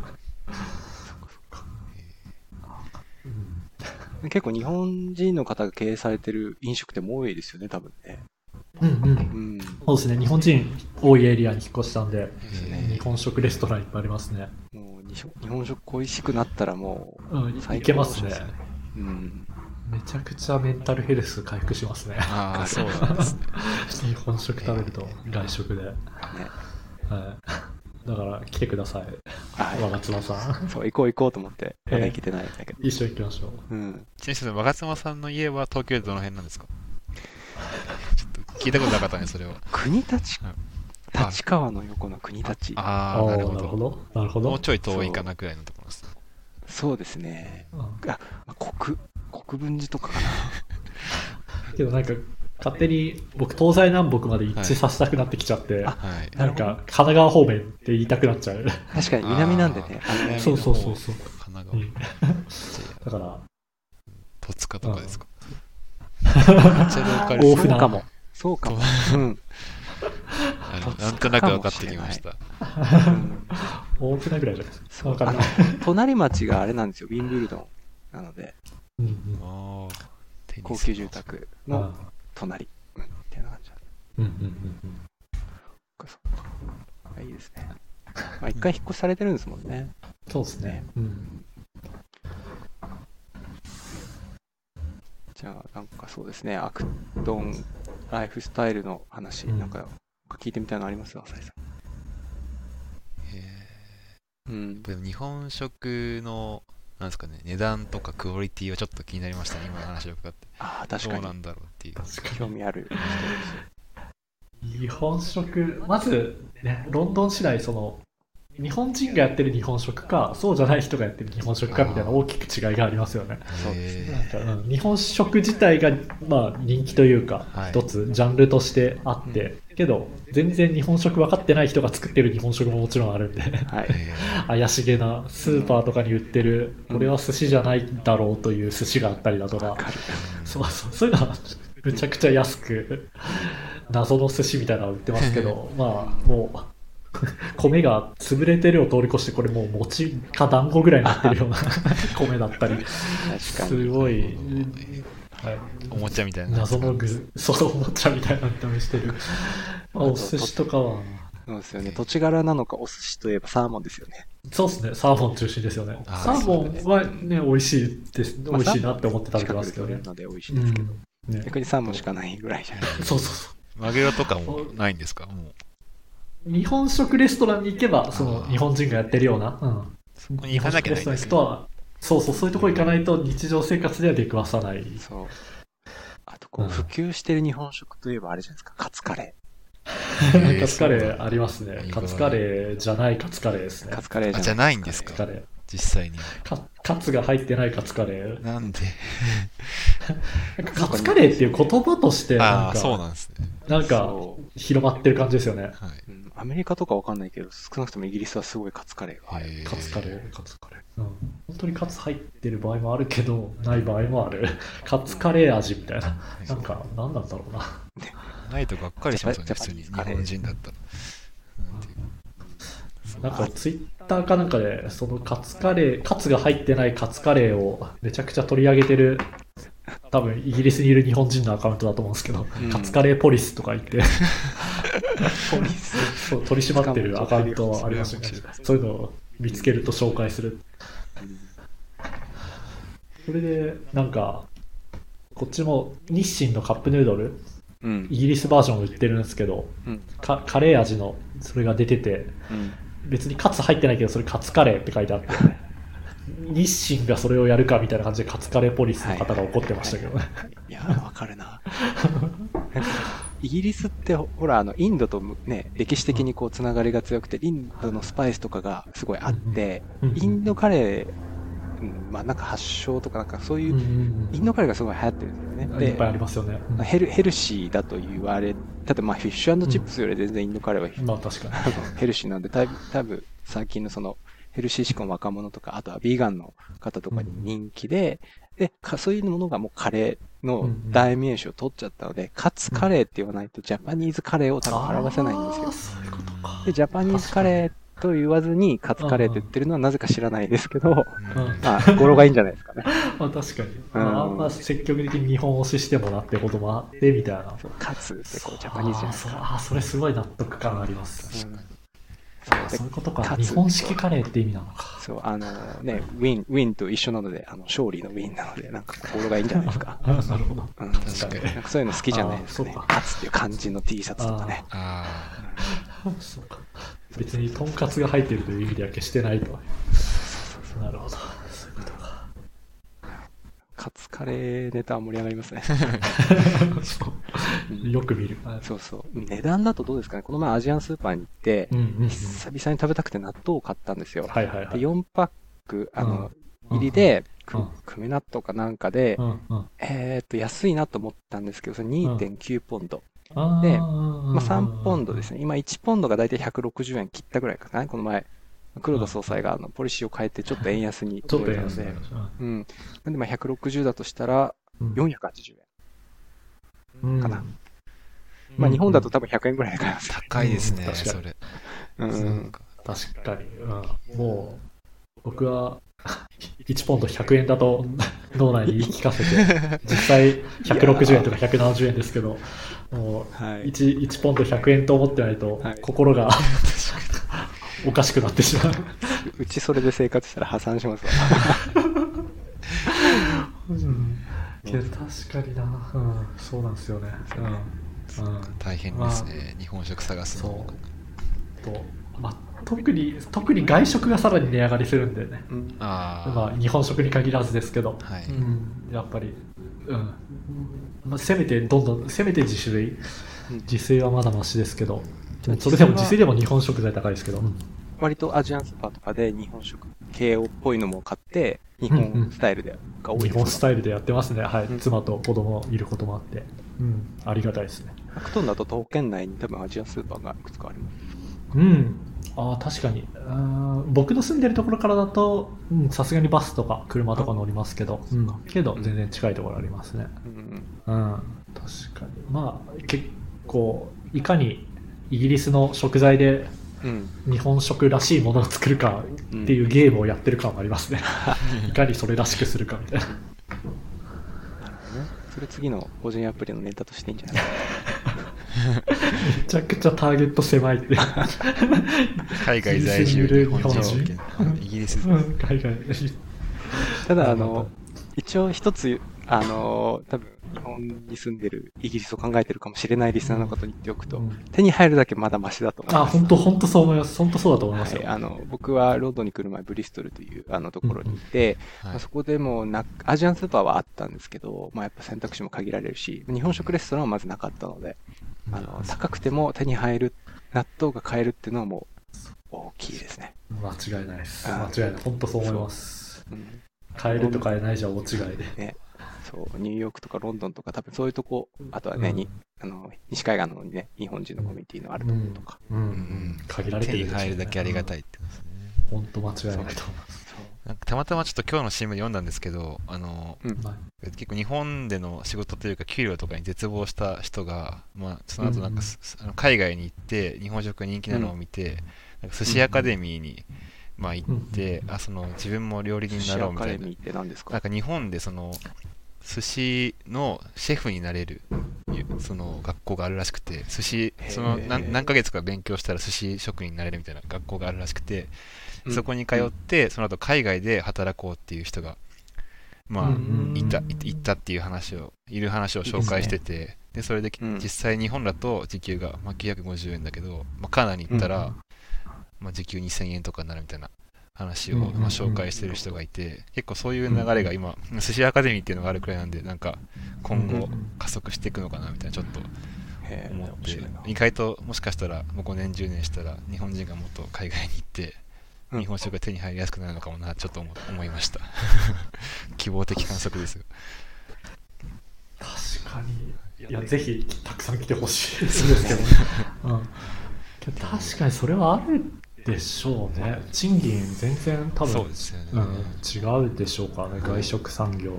結構日本人の方が経営されてる飲食店も多いですよね、多分ね。そうですね、日本人多いエリアに引っ越したんで、日本食レストランいっぱいありますね。 もう日本食恋しくなったらもういけますね。めちゃくちゃメンタルヘルス回復しますね。 そうなんですね。 日本食食べると外食で。だから来てください。我妻さん。 そう、行こうと思って、まだ行けてないんだけど。 一緒に行きましょう。ちなみに我妻さんの家は東京でどの辺なんですか？ちょっと聞いたことなかったね、それは。 国立立川の横の国立。 なるほど。もうちょい遠いかなくらいのところです。 そうですね。国分寺とかかな。 けどなんか、勝手に僕東西南北まで一致させたくなってきちゃって、なんか神奈川方面って言いたくなっちゃう。 確かに南なんでね。 そう。神奈川。 だから、 戸塚とかですか？ 大船かも。 そうかも。 なんとなく分かってきました。 大船ぐらいじゃないですか。 隣町があれなんですよ、ウィンブルドンなので、高級住宅の隣みたいな感じだ。いいですね。一回引っ越しされてるんですもんね。 そうですね。 じゃあなんかそうですね、アクトンライフスタイルの話、 うんなんか聞いてみたいのあります浅井さん。うん。 でも日本食の、なんですかね、値段とかクオリティはちょっと気になりましたね、今の話を伺って。 ああ、確かに。 どうなんだろうっていう。 興味ある人です。 日本食、まず、ね、ロンドン市内、日本人がやってる日本食か、そうじゃない人がやってる日本食かみたいな大きく違いがありますよね。 そうですなんか日本食自体が、まあ、人気というか、 はい一つジャンルとしてあって、けど、全然日本食分かってない人が作ってる日本食ももちろんあるんで、 はい。 怪しげなスーパーとかに売ってる、これは寿司じゃないだろうという寿司があったりだとか、そういうのはむちゃくちゃ安く、謎の寿司みたいなの売ってますけど、まあ、もう、米が潰れてるを通り越して、これもう餅か団子ぐらいになってるような米だったり、 確かに。 すごい、はい、 おもちゃみたいな。 謎のそうおもちゃみたいな見た目してる。まあお寿司とかは、 そうですよね。土地柄なのか、お寿司といえばサーモンですよね。 そうですね、サーモン中心ですよね。 あーサーモンはね、美味しいです。美まあ味しいなって思って食べてますけどね近くで取れる。ので美味しいですけど、 うんね、 逆にサーモンしかないぐらいじゃない。 そうそうそう。 マグロとかもないんですか、もう。 日本食レストランに行けば、日本人がやってるような、 そこに行かなきゃないんですね。 そういうとこ行かないと日常生活では出くわさない。 そう。あと、こう、普及してる日本食といえばあれじゃないですか、カツカレカツカレーありますね。カツカレーじゃないカツカレーですー。 ねカ。ツカレーじゃないんですか、 カツカレー。 実際には。 カツが入ってないカツカレー。 なんでカツカレーっていう言葉としてああ、そうなんですね。 なんかそう広まってる感じですよね。 はい。 アメリカとかわかんないけど、少なくともイギリスはすごいカツカレーがある。 カツカレー。本当にカツ入ってる場合もあるけど、ない場合もある。カツカレー味みたいな。なんか、何なんだろうな。 ないとがっかりしますよね、 ジャ普通に。日パニーズカレー本人だったら。 なんかツイッターかなんかで、そのカツが入ってないカツカレーをめちゃくちゃ取り上げてる、多分イギリスにいる日本人のアカウントだと思うんですけど、カツカレーポリスとか言って、 ポリス。 そう取り締まってるアカウントありますよね。そういうのを見つけると紹介する。それで、なんか、こっちも日清のカップヌードル、 うん。 イギリスバージョン売ってるんですけど、 うん。 カレー味のそれが出てて、 うん。 別にカツ入ってないけど、それカツカレーって書いてあって、日清がそれをやるかみたいな感じでカツカレーポリスの方が怒ってましたけどね。 いやー、わかるな。イギリスってほら、インドとね、歴史的にこう、つながりが強くて、インドのスパイスとかがすごいあって、インドカレー、まあなんか発祥とかなんかそういう、インドカレーがすごい流行ってるんですよね。 いっぱいありますよね。 ヘルシーだと言われ、ただまあフィッシュチップスより全然インドカレーは、 まあ確かに。 ヘルシーなんで、多分最近のそのヘルシー志向の若者とか、あとはビーガンの方とかに人気で、そういうものがもうカレーの代名詞を取っちゃったので、カツカレーって言わないとジャパニーズカレーを多分表せないんですよ。 そういうことか。 で、ジャパニーズカレーと言わずにカツカレーって言ってるのはなぜか知らないですけど、まあ、語呂がいいんじゃないですかね。 まあ確かに。あんま積極的に日本推ししてもらってこともあってみたいな。 カツってこうジャパニーズじゃないですか。 それすごい納得感あります。そういうことか。 カツ日本式カレーって意味なのか。 そう、ね、ウィンと一緒なので、勝利のウィンなので、なんか語呂がいいんじゃないですか。 なるほど。 うん、 確かに。 なんかそういうの好きじゃないですかね。 そうかカツっていう漢字の T シャツとかね。 そうか。別にとんかつが入っているという意味では決してないと。なるほど。そういうことか。 カツカレーネタは盛り上がりますね。 よく見る。 そうそう。値段だとどうですかね。この前アジアンスーパーに行って、久々に食べたくて納豆を買ったんですよ。で4パック、入りで、組納豆かなんかで、安いなと思ったんですけど、それ 2.9 ポンド。で、まあ、3ポンドですね。今1ポンドがだいたい160円切ったぐらいかな。この前、黒田総裁がポリシーを変えてちょっと円安にちょっと円安で。うん。なんでまあ160だとしたら480円かな。まあ日本だと多分100円ぐらいで買えます。 高いですね、それ。 確かに。もう、僕は1ポンド100円だと脳内に言い聞かせて、実際160円とか170円ですけど、もう 1ポンド100円と思ってないと心がおかしくなってしまう。 うちそれで生活したら破産しますわ。 確かにな、そうなんですよね。 大変ですね、日本食探すの。 特に外食がさらに値上がりするんでね、日本食に限らずですけど、やっぱり、せめて自炊、自炊はまだマシですけど、それでも自炊でも日本食材高いですけど、 割とアジアンスーパーとかで日本食系っぽいのも買って日本スタイルでが多いですか？ 日本スタイルでやってますね。はい、妻と子供いることもあって、ありがたいですね。 クトンだと徒歩圏内に多分アジアンスーパーがいくつかあります。 確かに。僕の住んでるところからだとさすがにバスとか車とか乗りますけど、けど全然近いところありますね。確かに。結構いかにイギリスの食材で日本食らしいものを作るかっていうゲームをやってる感はありますね。いかにそれらしくするかみたいな。なるほどね。それ次の個人アプリのネタとしていいんじゃないですか。 めちゃくちゃターゲット狭いって。 海外在住日本人、イギリス。 海外。 ただ一応一つ多分日本に住んでるイギリスを考えてるかもしれないリスナーの方に言っておくと、手に入るだけまだマシだと思います。 本当そう思います。本当そうだと思いますよ。 僕はロンドンに来る前ブリストルというところにいて、そこでもアジアンスーパーはあったんですけど、やっぱ選択肢も限られるし、日本食レストランはまずなかったので、高くても手に入る納豆が買えるっていうのはもう大きいですね。 間違いないです。間違いない。本当そう思います。買えると買えないじゃ大違いで。 ね、そうニューヨークとかロンドンとか多分そういうとこ、あとはね、西海岸のね日本人のコミュニティのあるところとか、 限られてる手に入るだけありがたいってことですね。 本当間違いないと思います。 なんかたまたまちょっと今日の新聞読んだんですけど、結構日本での仕事というか給料とかに絶望した人が、その後なんか、海外に行って日本食が人気なのを見て、なんか寿司アカデミーに行って、自分も料理人になろうみたいな。寿司アカデミーって何ですか？なんか日本で寿司のシェフになれるその学校があるらしくて、寿司何ヶ月か勉強したら寿司職人になれるみたいな学校があるらしくて、そこに通ってその後海外で働こうっていう人が行ったっていう話を紹介してて、でそれで実際日本だと時給が950円だけど、カナダに行ったら時給2000円とかになるみたいな話を紹介してる人がいて、結構そういう流れが今寿司アカデミーっていうのがあるくらいなんで、なんか今後加速していくのかなみたいなちょっと思って、意外ともしかしたらもう5年10年したら日本人がもっと海外に行って日本食が手に入りやすくなるのかもなちょっと思いました。希望的観測ですよ。 確かに。いやぜひたくさん来てほしいですけど、確かにそれはあるでしょうね。賃金全然多分、違うでしょうからね、外食産業。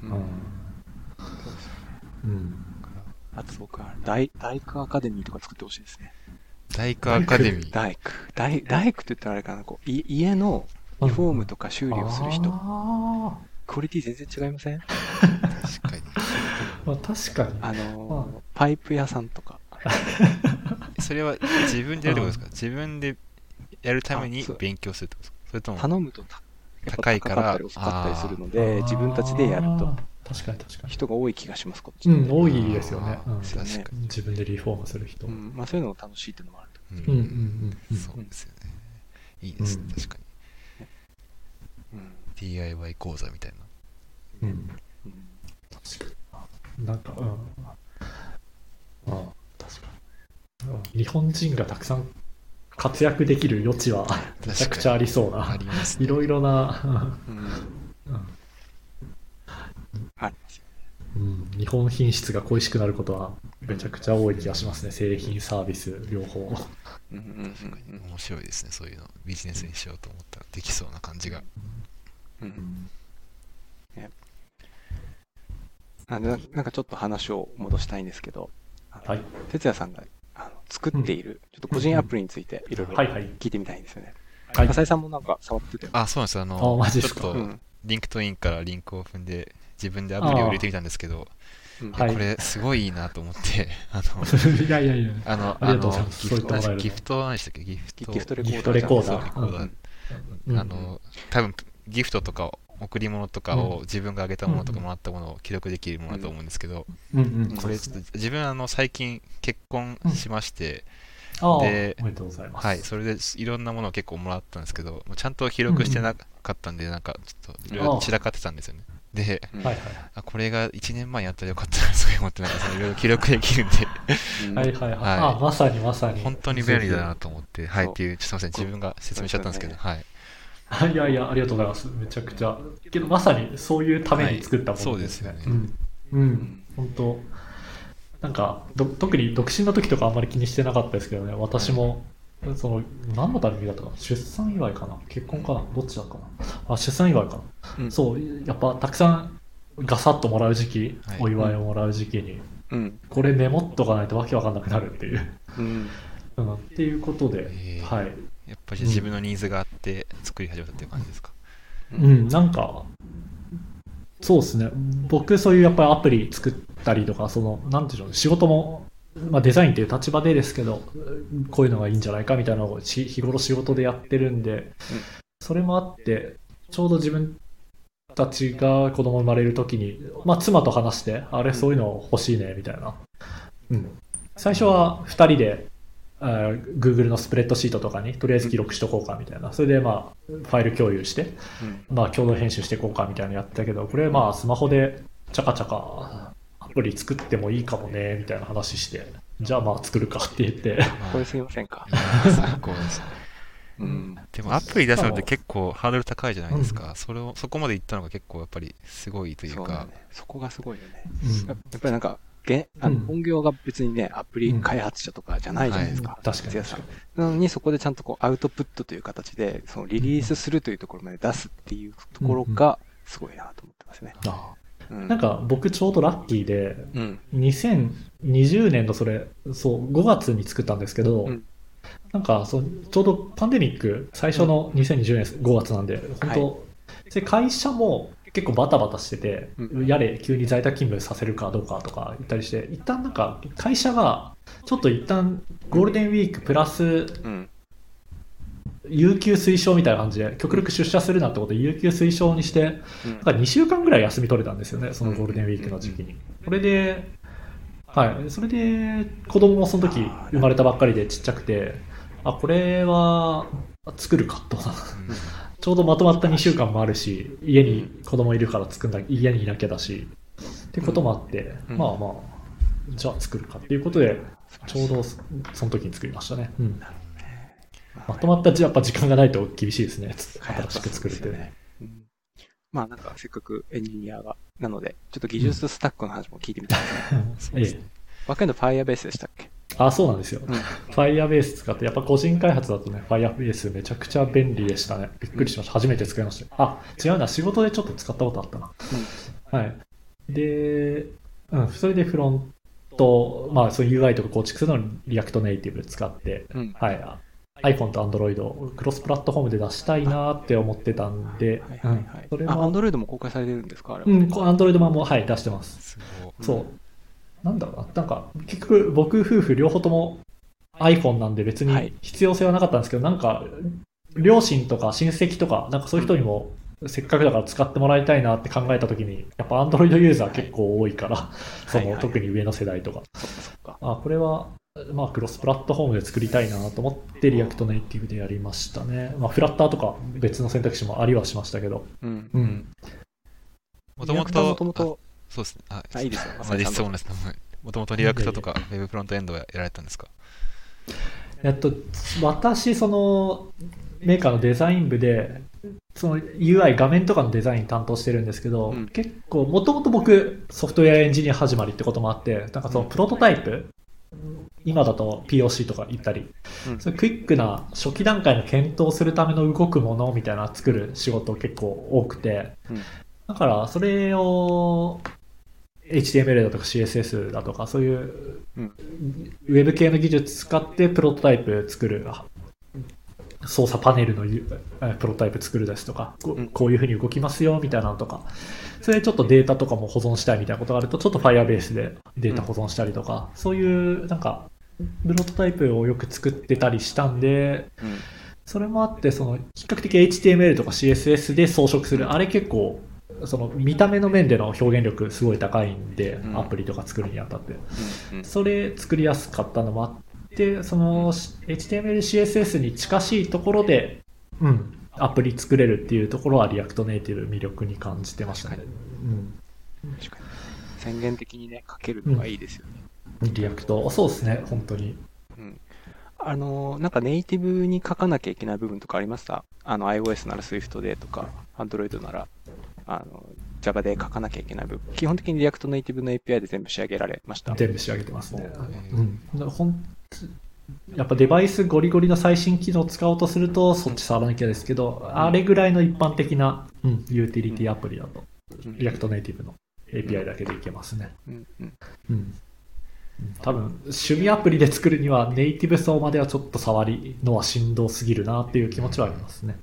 あと僕は大工アカデミーとか作ってほしいですね。 大工アカデミー。 大工って言ったらあれかな、家のリフォームとか修理をする人。クオリティ全然違いません？ 確かに。 確かに。 パイプ屋さんとか。 それは自分でやるってことですか？自分でやるために勉強するってことですか？それとも頼むと高いから高かったり遅かったりするので、自分たちでやると確かに人が多い気がします。こっち多いですよね。 確かに自分でリフォームする人。 そういうのが楽しいっていうのもあると。 そうですよね。いいですね、確かに。DIY 講座みたいな。 確かに。なんか確かに。日本人がたくさん活躍できる余地はめちゃくちゃありそうな。 ありますね。 いろいろな。 ありますよね。日本品質が恋しくなることはめちゃくちゃ多い気がしますね。製品サービス両方。 面白いですね。そういうのビジネスにしようと思ったらできそうな感じが。 なんかちょっと話を戻したいんですけど、哲也さんが作っているちょっと個人アプリについていろいろ聞いてみたいんですよね。浅井さんもなんか触ってて。 そうなんです。ちょっとリンクトインからリンクを踏んで自分でアプリを入れてみたんですけど、これすごいいいなと思って、 いやギフト何でしたっけ？ギフトレコーダー。 ギフトレコーダー。 多分ギフトとか贈り物とかを自分があげたものとかもらったものを記録できるものだと思うんですけど、これちょっと自分最近結婚しまして、 で、おめでとうございます。 はい、それでいろんなものを結構もらったんですけど、ちゃんと記録してなかったんで、なんかちょっといろいろ散らかってたんですよね。で、これが1年前にやったらよかったなと思って、なんかいろいろ記録できるんでまさにまさに。 本当に便利だなと思って、はい、っていう、すみません、自分が説明しちゃったんですけど、はい。 いやいや、ありがとうございます。めちゃくちゃ。けど、まさにそういうために作ったものですね。そうですよね。本当。なんか特に独身の時とかあんまり気にしてなかったですけどね、私も、何のためにだったかな、出産祝いかな、結婚かな、どっちだかな、出産祝いかな、そう、やっぱたくさんガサッともらう時期、お祝いをもらう時期に、これメモっとかないとわけわかんなくなるっていう、っていうことで、はい。 やっぱり自分のニーズがあって作り始めたっていう感じですか。 なんか、そうですね。僕、そういうやっぱりアプリ作ったりとか、なんていうの、仕事も、デザインっていう立場でですけど、こういうのがいいんじゃないかみたいなのを日頃仕事でやってるんで、それもあって、ちょうど自分たちが子供生まれるときに、妻と話して、あれ、そういうの欲しいね、みたいな。最初は2人で、Google のスプレッドシートとかにとりあえず記録しとこうかみたいな、それでファイル共有して、共同編集していこうかみたいなのやってたけど、これスマホでチャカチャカアプリ作ってもいいかもねみたいな話して、じゃあ作るかって言ってこれすいませんか。 最高ですね。でもアプリ出すのって結構ハードル高いじゃないですか。そこまでいったのが結構やっぱりすごいというか、 そこがすごいよね。やっぱりなんか本業が別にね、アプリ開発者とかじゃないじゃないですか。 確かに。 なのにそこでちゃんとアウトプットという形で、リリースするというところまで出すっていうところがすごいなと思ってますね。 なんか僕ちょうどラッキーで、2020年の5月に作ったんですけど、なんかちょうどパンデミック最初の2020年5月なんで、本当、会社も結構バタバタしてて、やれ急に在宅勤務させるかどうかとか言ったりして、一旦なんか会社がちょっと一旦ゴールデンウィークプラス有給推奨みたいな感じで極力出社するなってことで有給推奨にして、なんか2週間ぐらい休み取れたんですよね、そのゴールデンウィークの時期に。それで子供もその時生まれたばっかりでちっちゃくて、これは作るかと。ちょうどまとまった2週間もあるし、家に子供いるから作んな家にいなきゃだしってこともあって、じゃあ作るかっていうことでちょうどその時に作りましたね。まとまったやっぱ時間がないと厳しいですね、新しく作るってね。 なんかせっかくエンジニアがなので、ちょっと技術スタックの話も聞いてみたいですね。バックエンド Firebase でしたっけ？ そうなんですよ。Firebase 使って、やっぱ個人開発だとね、Firebase めちゃくちゃ便利でしたね。びっくりしました。初めて使いました。違うな、仕事でちょっと使ったことあったな。で、それでフロント、そういう UI とか構築するのに React Native 使って、iPhone と Android クロスプラットフォームで出したいなって思ってたんで、 それも Android も公開されてるんですか？ Android 版も出してます。そう。なんだろうな、なんか結局僕夫婦両方とも iPhone なんで別に必要性はなかったんですけど、なんか両親とか親戚とかなんかそういう人にもせっかくだから使ってもらいたいなって考えたときに、やっぱ Android ユーザー結構多いから、特に上の世代とか、これはクロスプラットフォームで作りたいなと思って React Native でやりましたね。フラッターとか別の選択肢もありはしましたけど。 もともとそうですね。 いいですよ。 質問です。もともとリアクトとか Web フロントエンドをやられたんですか？ 私、メーカーのデザイン部で、UI、画面とかのデザイン担当してるんですけど、結構、もともと僕、ソフトウェアエンジニア始まりってこともあって、なんかプロトタイプ、今だと POC とか言ったり、クイックな初期段階の検討するための動くものみたいなのを作る仕事結構多くて、だからそれをHTML だとか CSS だとかそういうウェブ系の技術使ってプロトタイプ作る、操作パネルのプロトタイプ作るですとか、こういう風に動きますよみたいなのとか、それでちょっとデータとかも保存したいみたいなことがあると、ちょっと Firebase でデータ保存したりとか、そういうなんかプロトタイプをよく作ってたりしたんで、 それもあって、その比較的 HTML とか CSS で装飾する、あれ結構、その見た目の面での表現力すごい高いんで、アプリとか作るにあたって、それ作りやすかったのもあって、その HTML、CSS に近しいところで、アプリ作れるっていうところはリアクトネイティブ魅力に感じてましたね。 確かに。宣言的にね、書けるのがいいですよね。 リアクト、そうですね、本当に。 なんかネイティブに書かなきゃいけない部分とかありました？iOS なら Swift でとか、Android なら、Java で書かなきゃいけない部分。基本的に React ネイティブの API で全部仕上げられました？ 全部仕上げてますね。やっぱデバイスゴリゴリの最新機能を使おうとすると、そっち触らなきゃですけど、あれぐらいの一般的な、ユーティリティアプリだと、React ネイティブの API だけでいけますね。多分、趣味アプリで作るにはネイティブ層まではちょっと触りのはしんどすぎるなっていう気持ちはありますね。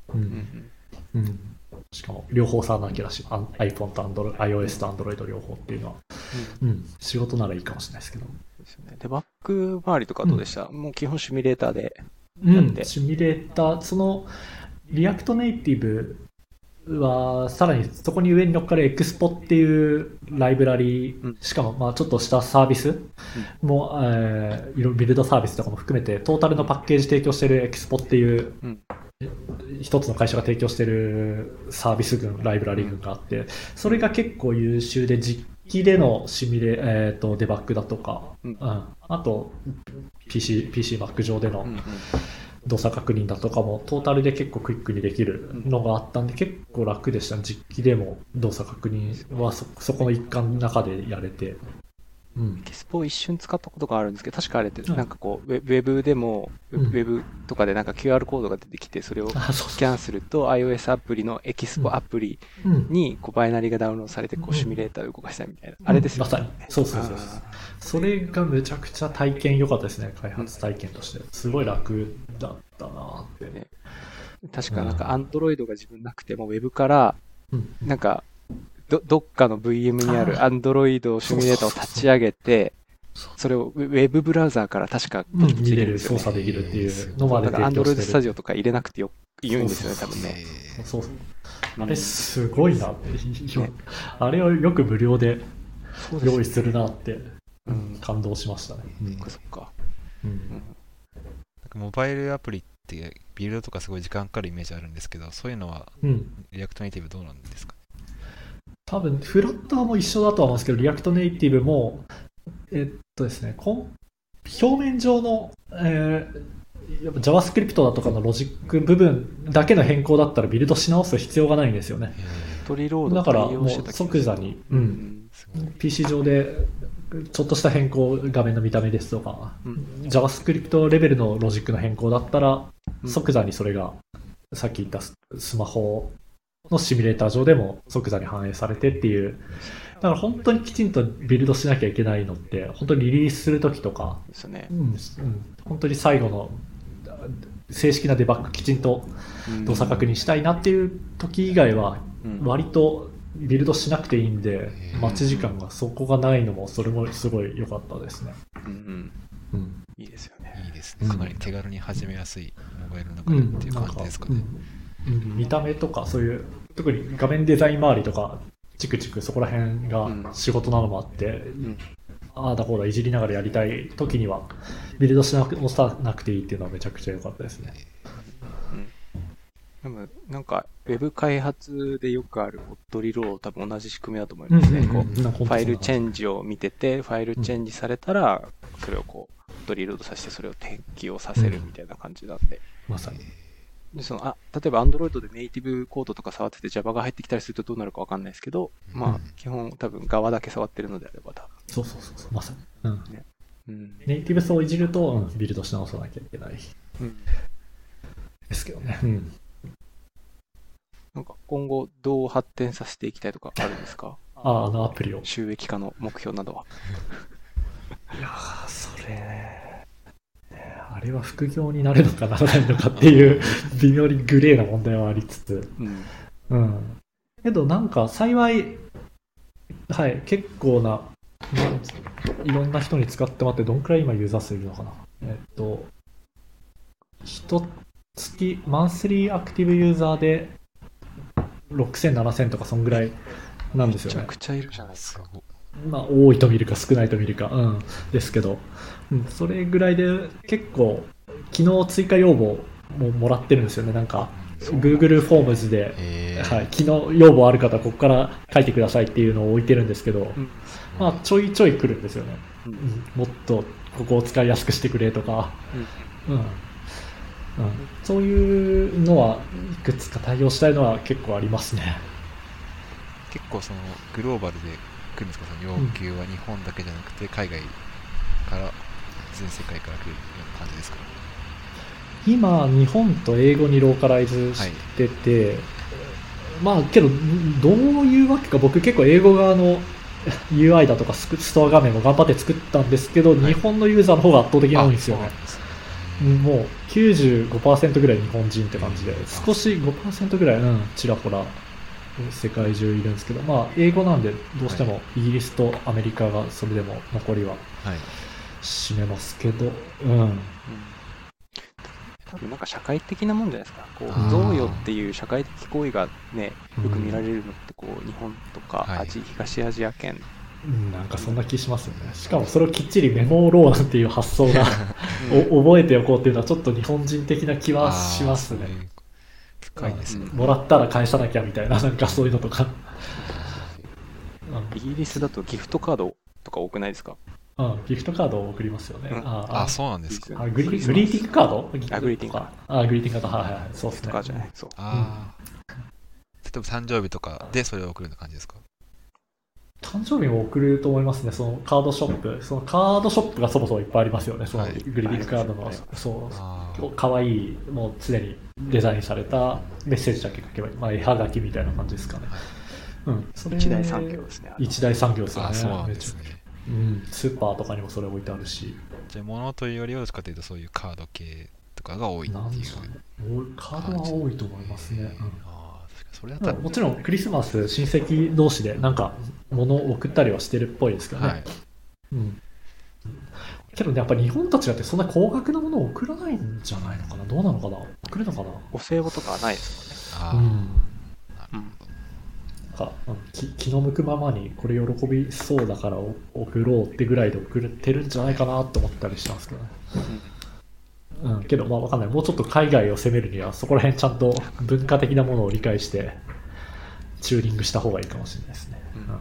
しかも両方触らなきゃだし、iPhone と iOS と Android 両方っていうのは、仕事ならいいかもしれないですけど。 デバッグ周りとかどうでした？もう基本シミュレーターでやって。 シミュレーター、そのリアクトネイティブはさらにそこに上に乗っかるエクスポっていうライブラリー、しかもまあちょっとしたサービスも、いろいろビルドサービスとかも含めてトータルのパッケージ提供しているエクスポっていう、一つの会社が提供しているサービス群、ライブラリー群があって、それが結構優秀で実機でのシミュレ、デバッグだとか、あと PC、Mac 上での動作確認だとかもトータルで結構クイックにできるのがあったんで結構楽でしたね。実機でも動作確認はそこの一環の中でやれて。 エキスポを一瞬使ったことがあるんですけど、確かあれってなんかこうウェブでもウェブとかでなんか QR コードが出てきてそれをスキャンすると iOS アプリのエキスポアプリにこうバイナリがダウンロードされてこうシミュレーターを動かしたみたいな、あれですよね。 まさにそう。それがめちゃくちゃ体験良かったですね。開発体験としてすごい楽だったなってね。 確かなんか Android が自分なくてもウェブからなんかどっかの VM にある Android シミュレーターを立ち上げて、それをウェブブラウザーから確か見れる、操作できるっていうのまで提供してる。 Android スタジオとか入れなくていいんですよね、多分ね。 そうあれすごいなって。あれをよく無料で用意するなって感動しましたね。 そっか。 モバイルアプリってビルドとかすごい時間かかるイメージあるんですけど、そういうのはリアクトネイティブどうなんですか？ 多分フラッターも一緒だとは思うんですけど、リアクトネイティブもですね、表面上の、JavaScript だとかのロジック部分だけの変更だったらビルドし直す必要がないんですよね。だからもう即座に、PC 上でちょっとした変更、画面の見た目ですとか、JavaScript レベルのロジックの変更だったら即座にそれがさっき言ったスマホのシミュレーター上でも即座に反映されてっていう。だから本当にきちんとビルドしなきゃいけないのって本当にリリースするときとか、本当に最後の正式なデバッグきちんと動作確認したいなっていう時以外は割とビルドしなくていいんで、待ち時間がそこがないのもそれもすごい良かったですね。 いいですよね。 いいですね。かなり手軽に始めやすいモバイルの中でっていう感じですかね。 見た目とかそういう特に画面デザイン周りとかチクチクそこら辺が仕事なのもあって、ああだこうだいじりながらやりたい時にはビルドしなくていいっていうのはめちゃくちゃ良かったですね。 でもなんかウェブ開発でよくあるホットリロード多分同じ仕組みだと思いますね。ファイルチェンジを見ててファイルチェンジされたらそれをこうホットリロードさせてそれを適用させるみたいな感じなんで、 まさにで例えば Android でネイティブコードとか触ってて Java が入ってきたりするとどうなるかわかんないですけど、まあ基本多分側だけ触ってるのであれば多分まさに、ネイティブ層をいじると、ビルドし直さなきゃいけない、ですけどね。 なんか今後どう発展させていきたいとかあるんですか？ あのアプリを収益化の目標などは。 いやーそれあれは副業になるのかならないのかっていう微妙にグレーな問題はありつつ、けどなんか幸い、結構ないろんな人に使ってもらって、どんくらい今ユーザー数いるのかな。 マンスリーアクティブユーザーで6000、7000とかそんぐらいなんですよね。 めちゃくちゃいるじゃないですか。 まあ、多いと見るか少ないと見るか、ですけど、それぐらいで結構、昨日追加要望ももらってるんですよね。なんか、Google フォームズで、はい、昨日要望ある方はここから書いてくださいっていうのを置いてるんですけど、まあ、ちょいちょい来るんですよね。もっとここを使いやすくしてくれとか、そういうのはいくつか対応したいのは結構ありますね。 結構そのグローバルで来るんですか、その要求は日本だけじゃなくて海外から全世界から来るような感じですか？ 今日本と英語にローカライズしてて、まあけどどういうわけか僕結構英語側の UI だとかストア画面も頑張って作ったんですけど、日本のユーザーの方が圧倒的に多いんですよね。もう 95% ぐらい日本人って感じで、少し 5% ぐらい、ちらほら世界中いるんですけど、まあ英語なんでどうしてもイギリスとアメリカがそれでも残りは占めますけど、 多分なんか社会的なもんじゃないですか。こう贈与っていう社会的行為がね、よく見られるのってこう日本とか東アジア圏。 なんかそんな気しますよね。しかもそれをきっちりメモろうなんていう発想が覚えておこうっていうのはちょっと日本人的な気はしますね。 深いですね。 もらったら返さなきゃみたいな、なんかそういうのとか。 イギリスだとギフトカードとか多くないですか？ ギフトカードを送りますよね。 そうなんですか。 グリーティングカード？ グリーティングカード。グリーティングカード、はい。そうですね。 とかじゃない。そう。 例えば誕生日とかでそれを送るような感じですか？ 誕生日も送ると思いますね。そのカードショップ。そのカードショップがそもそもいっぱいありますよね。そのグリーティングカードの、そう、かわいい、もう常にデザインされたメッセージだけ書けばいい。まあ、絵はがきみたいな感じですかね。 それ一大産業ですね。 一大産業ですよね。 そうなんですね。 スーパーとかにもそれ置いてあるし。 じゃあ物というよりはどっちかというとそういうカード系とかが多いっていう。 カードは多いと思いますね。 それだったらもちろんクリスマス親戚同士でなんか物を送ったりはしてるっぽいですけどね。けどね、やっぱり日本と違ってそんな高額なものを送らないんじゃないのかな。どうなのかな。送るのかな。 お歳暮とかはないですもんね。 気の向くままにこれ喜びそうだから送ろうってぐらいで送ってるんじゃないかなと思ったりしたんですけどね。けどまあわかんない。もうちょっと海外を攻めるにはそこら辺ちゃんと文化的なものを理解してチューニングした方がいいかもしれないですね。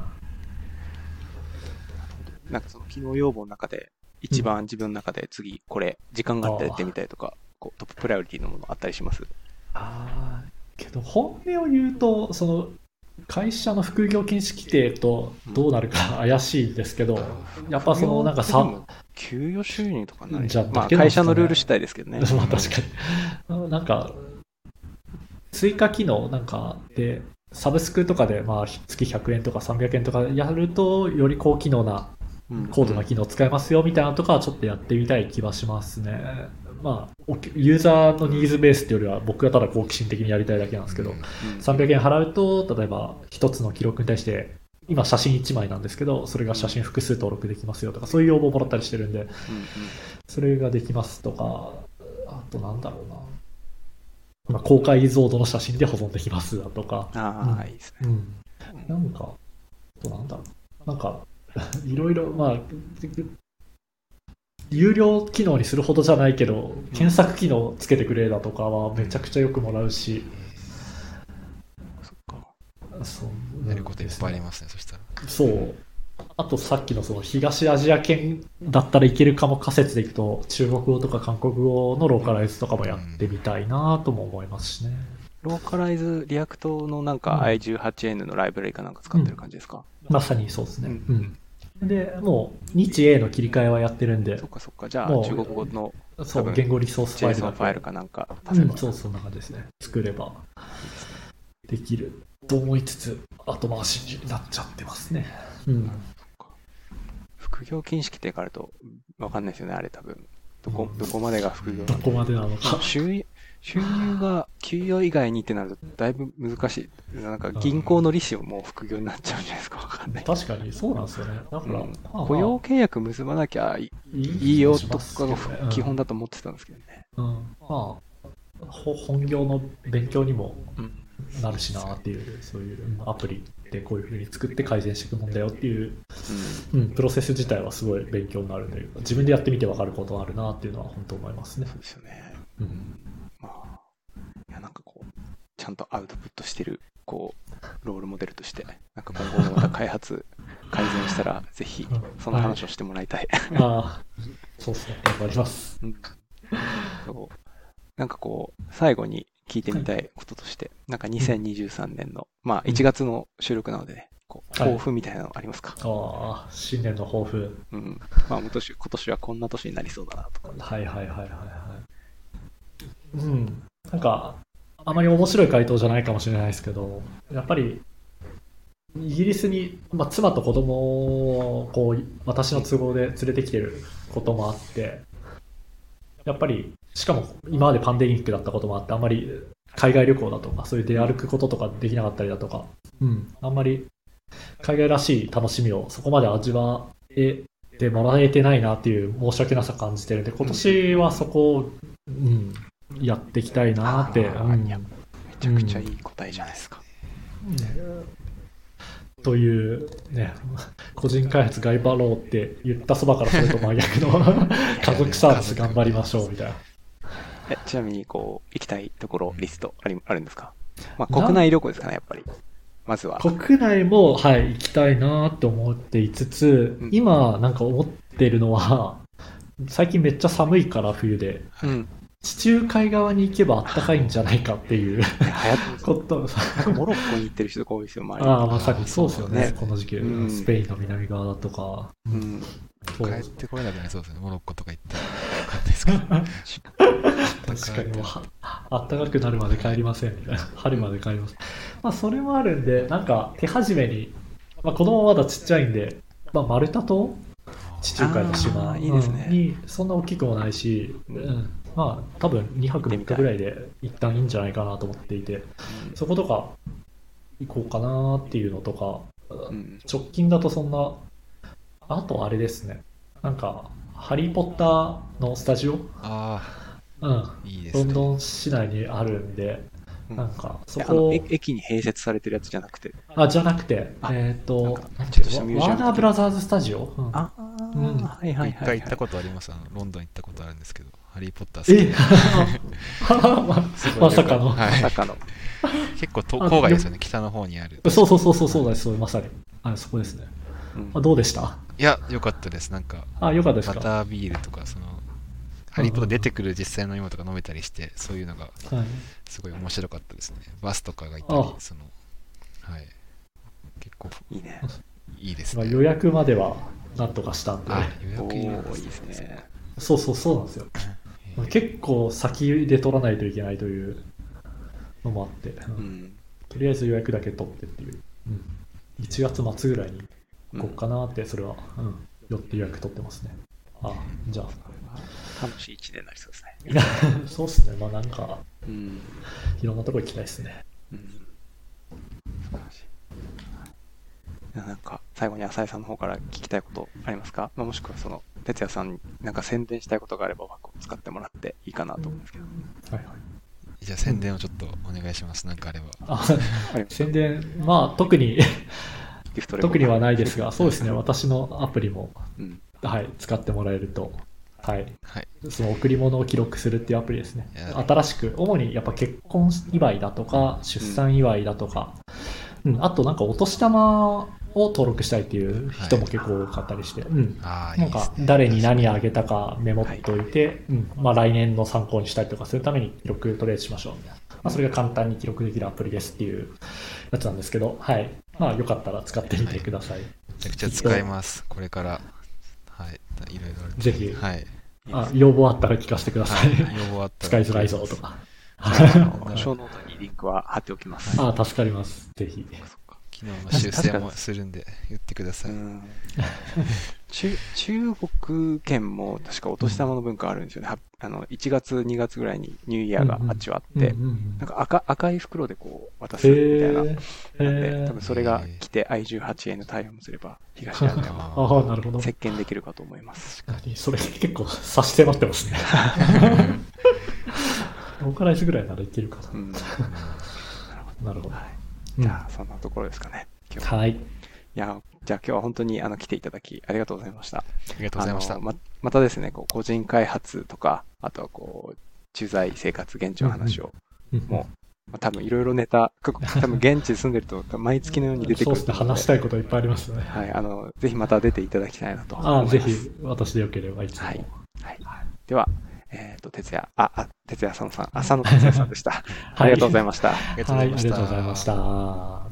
なんかその機能要望の中で一番自分の中で次これ時間があったらやってみたいとか、こうトッププライオリティのものあったりします？ けど本音を言うとその会社の副業禁止規定とどうなるか怪しいですけど、やっぱそのなんか給与収入とかないじゃまあ会社のルール次第ですけどね。 まあ確かになんか追加機能なんかでサブスクとかでまあ月100円とか300円とかやるとより高機能な高度な機能使えますよみたいなとかはちょっとやってみたい気はしますね。まあ、ユーザーのニーズベースっていうよりは僕がただ好奇心的にやりたいだけなんですけど、300円払うと例えば1つの記録に対して今写真1枚なんですけどそれが写真複数登録できますよとかそういう要望をもらったりしてるんで、それができますとか、あとなんだろうな、公開像度の写真で保存できますだとか、 いいですね。 なんかなんだろう、なんかいろいろまあ有料機能にするほどじゃないけど検索機能つけてくれだとかはめちゃくちゃよくもらうし、 そうやることいっぱいありますね。そしたらそうあとさっきのその東アジア圏だったらいけるかも仮説でいくと中国語とか韓国語のローカライズとかもやってみたいなとも思いますしね。 ローカライズリアクトのなんか i18n のライブラリかなんか使ってる感じですか？ まさにそうですね。でもう日英の切り替えはやってるんで、 そっかじゃあ中国語の言語リソースファイル JSON ファイルかなんか足せば、 そうそんな感じですね。作ればできると思いつつ後回しになっちゃってますね。 副業禁止規定があると分かんないですよね。あれ多分どこまでが副業どこまでなのか。 収入が給与以外にってなるとだいぶ難しい。なんか銀行の利子ももう副業になっちゃうんじゃないですか。わかんない。 確かにそうなんですよね。だから、 雇用契約結ばなきゃいいよとかが基本だと思ってたんですけどね。 まあ本業の勉強にもうんなるしなっていう、そういうアプリでこういうふうに作って改善していくもんだよっていう、プロセス自体はすごい勉強になるというか、自分でやってみて分かることがあるなっていうのは本当思いますね。 そうですよね。 うんまあ、いや、なんかこう、ちゃんとアウトプットしてる、こう、ロールモデルとして、なんか今後もまた改善したら、ぜひ、その話をしてもらいたい。 ああ、そうですね。頑張ります。 そうなんかこう、最後に聞いてみたいこととして、なんか2023年の、まあ1月の収録なのでね、こう抱負みたいなのありますか？ ああ、新年の抱負。 まあ今年はこんな年になりそうだなとか。 はいはいはいはいはい。なんか、あまり面白い回答じゃないかもしれないですけど、やっぱり、イギリスに、妻と子供をこう私の都合で連れてきてることもあって、やっぱり、しかも今までパンデミックだったこともあって、あんまり海外旅行だとか、そういう出歩くこととかできなかったりだとか、あんまり海外らしい楽しみをそこまで味わえてもらえてないなっていう申し訳なさ感じてるんで、今年はそこを、やっていきたいなって。 いやめちゃくちゃいい答えじゃないですか。 というね、個人開発頑張ろうって言ったそばからそれと真逆の家族サービス頑張りましょうみたいな。 ちなみにこう行きたいところリストあるんですか？まあ国内旅行ですかね、やっぱり。まずは。 国内も、行きたいなって思っていつつ、今なんか思ってるのは、最近めっちゃ寒いから冬で、地中海側に行けばあったかいんじゃないかっていうこと。 モロッコに行ってる人が多いですよ、周りに。 まさにそうですよね、この時期。スペインの南側だとか。 帰ってこれなくなりそうですね、モロッコとか行って分かんないですけど。 確かにもうあったかくなるまで帰りませんみたいな。春まで帰ります。それもあるんで、なんか手始めに、子供まだちっちゃいんで、マルタ島、地中海の島にそんな大きくもないし、多分2泊3日ぐらいで一旦いいんじゃないかなと思っていて、そことか行こうかなっていうのとか、直近だとそんな、あとあれですね、なんかハリー・ポッターのスタジオ、 いいですね、 ロンドン市内にあるんで、なんかそこ駅に併設されてるやつじゃなくて、 じゃなくて、ワーナーブラザーズスタジオ。 一回行ったことあります。ロンドン行ったことあるんですけど、ハリー・ポッター好き。 まさかの。 結構郊外ですよね、北の方にある。 そうです、まさに。そこですね。どうでした？ いや、良かったです。なんか、 良かったですか？ バタービールとか、ハリー・ポッター出てくる実際の芋とか飲めたりして、そういうのがすごい面白かったですね。バスとかがいたり、結構いいですね。 予約まではなんとかしたんで。 予約いいですね。 そうなんですよ。結構先で取らないといけないというのもあって、とりあえず予約だけ取ってっていう。1月末ぐらいに行こうかなって、それは、寄って予約取ってますね。じゃあ。 楽しい1年になりそうですね。 そうですね。なんか、いろんなとこ行きたいですね。 なんか最後に浅井さんの方から聞きたいことありますか？もしくは哲也さんになんか宣伝したいことがあれば枠を使ってもらっていいかなと思うんですけど。 じゃあ宣伝をちょっとお願いします。なんかあれば。 宣伝、特に特にはないですが、そうですね。私のアプリも、使ってもらえると。その贈り物を記録するっていうアプリですね。新しく、主にやっぱ結婚祝いだとか、出産祝いだとか、あとなんかお年玉を登録したいっていう人も結構多かったりして、なんか誰に何あげたかメモっておいて、来年の参考にしたりとかするために記録とりあえずしましょうみたいな。それが簡単に記録できるアプリですっていうやつなんですけど、よかったら使ってみてください。 めちゃくちゃ使います。これから。いろいろある。 ぜひ、要望あったら聞かせてください。使いづらいぞとか。 ショーノートにリンクは貼っておきます。 助かります。ぜひ。 昨日の修正もするんで言ってください。 中国圏も確かお年玉の文化あるんですよね。1月2月ぐらいにニューイヤーがあっちはあって、なんか赤い袋でこう渡すみたいな。なんで多分それが来て I18 への対応もすれば東アジアは席巻できるかと思います。 確かにそれ結構差し迫ってますね。 ローカライズぐらいならいけるかな。 うん、 なるほど。 はい、じゃあ、そんなところですかね。今日は。 はい。 いや、じゃあ今日は本当に来ていただきありがとうございました。 ありがとうございました。 またですね、個人開発とか、あとは駐在生活現地の話を、もう、多分いろいろネタ、多分現地に住んでると毎月のように出てくる。 そうですね、話したいこといっぱいありますね。 はい、ぜひまた出ていただきたいなと思います。 ぜひ、私でよければいつも。 はい。では、哲也さん、浅野哲也さんでした。ありがとうございました。 はい、ありがとうございました。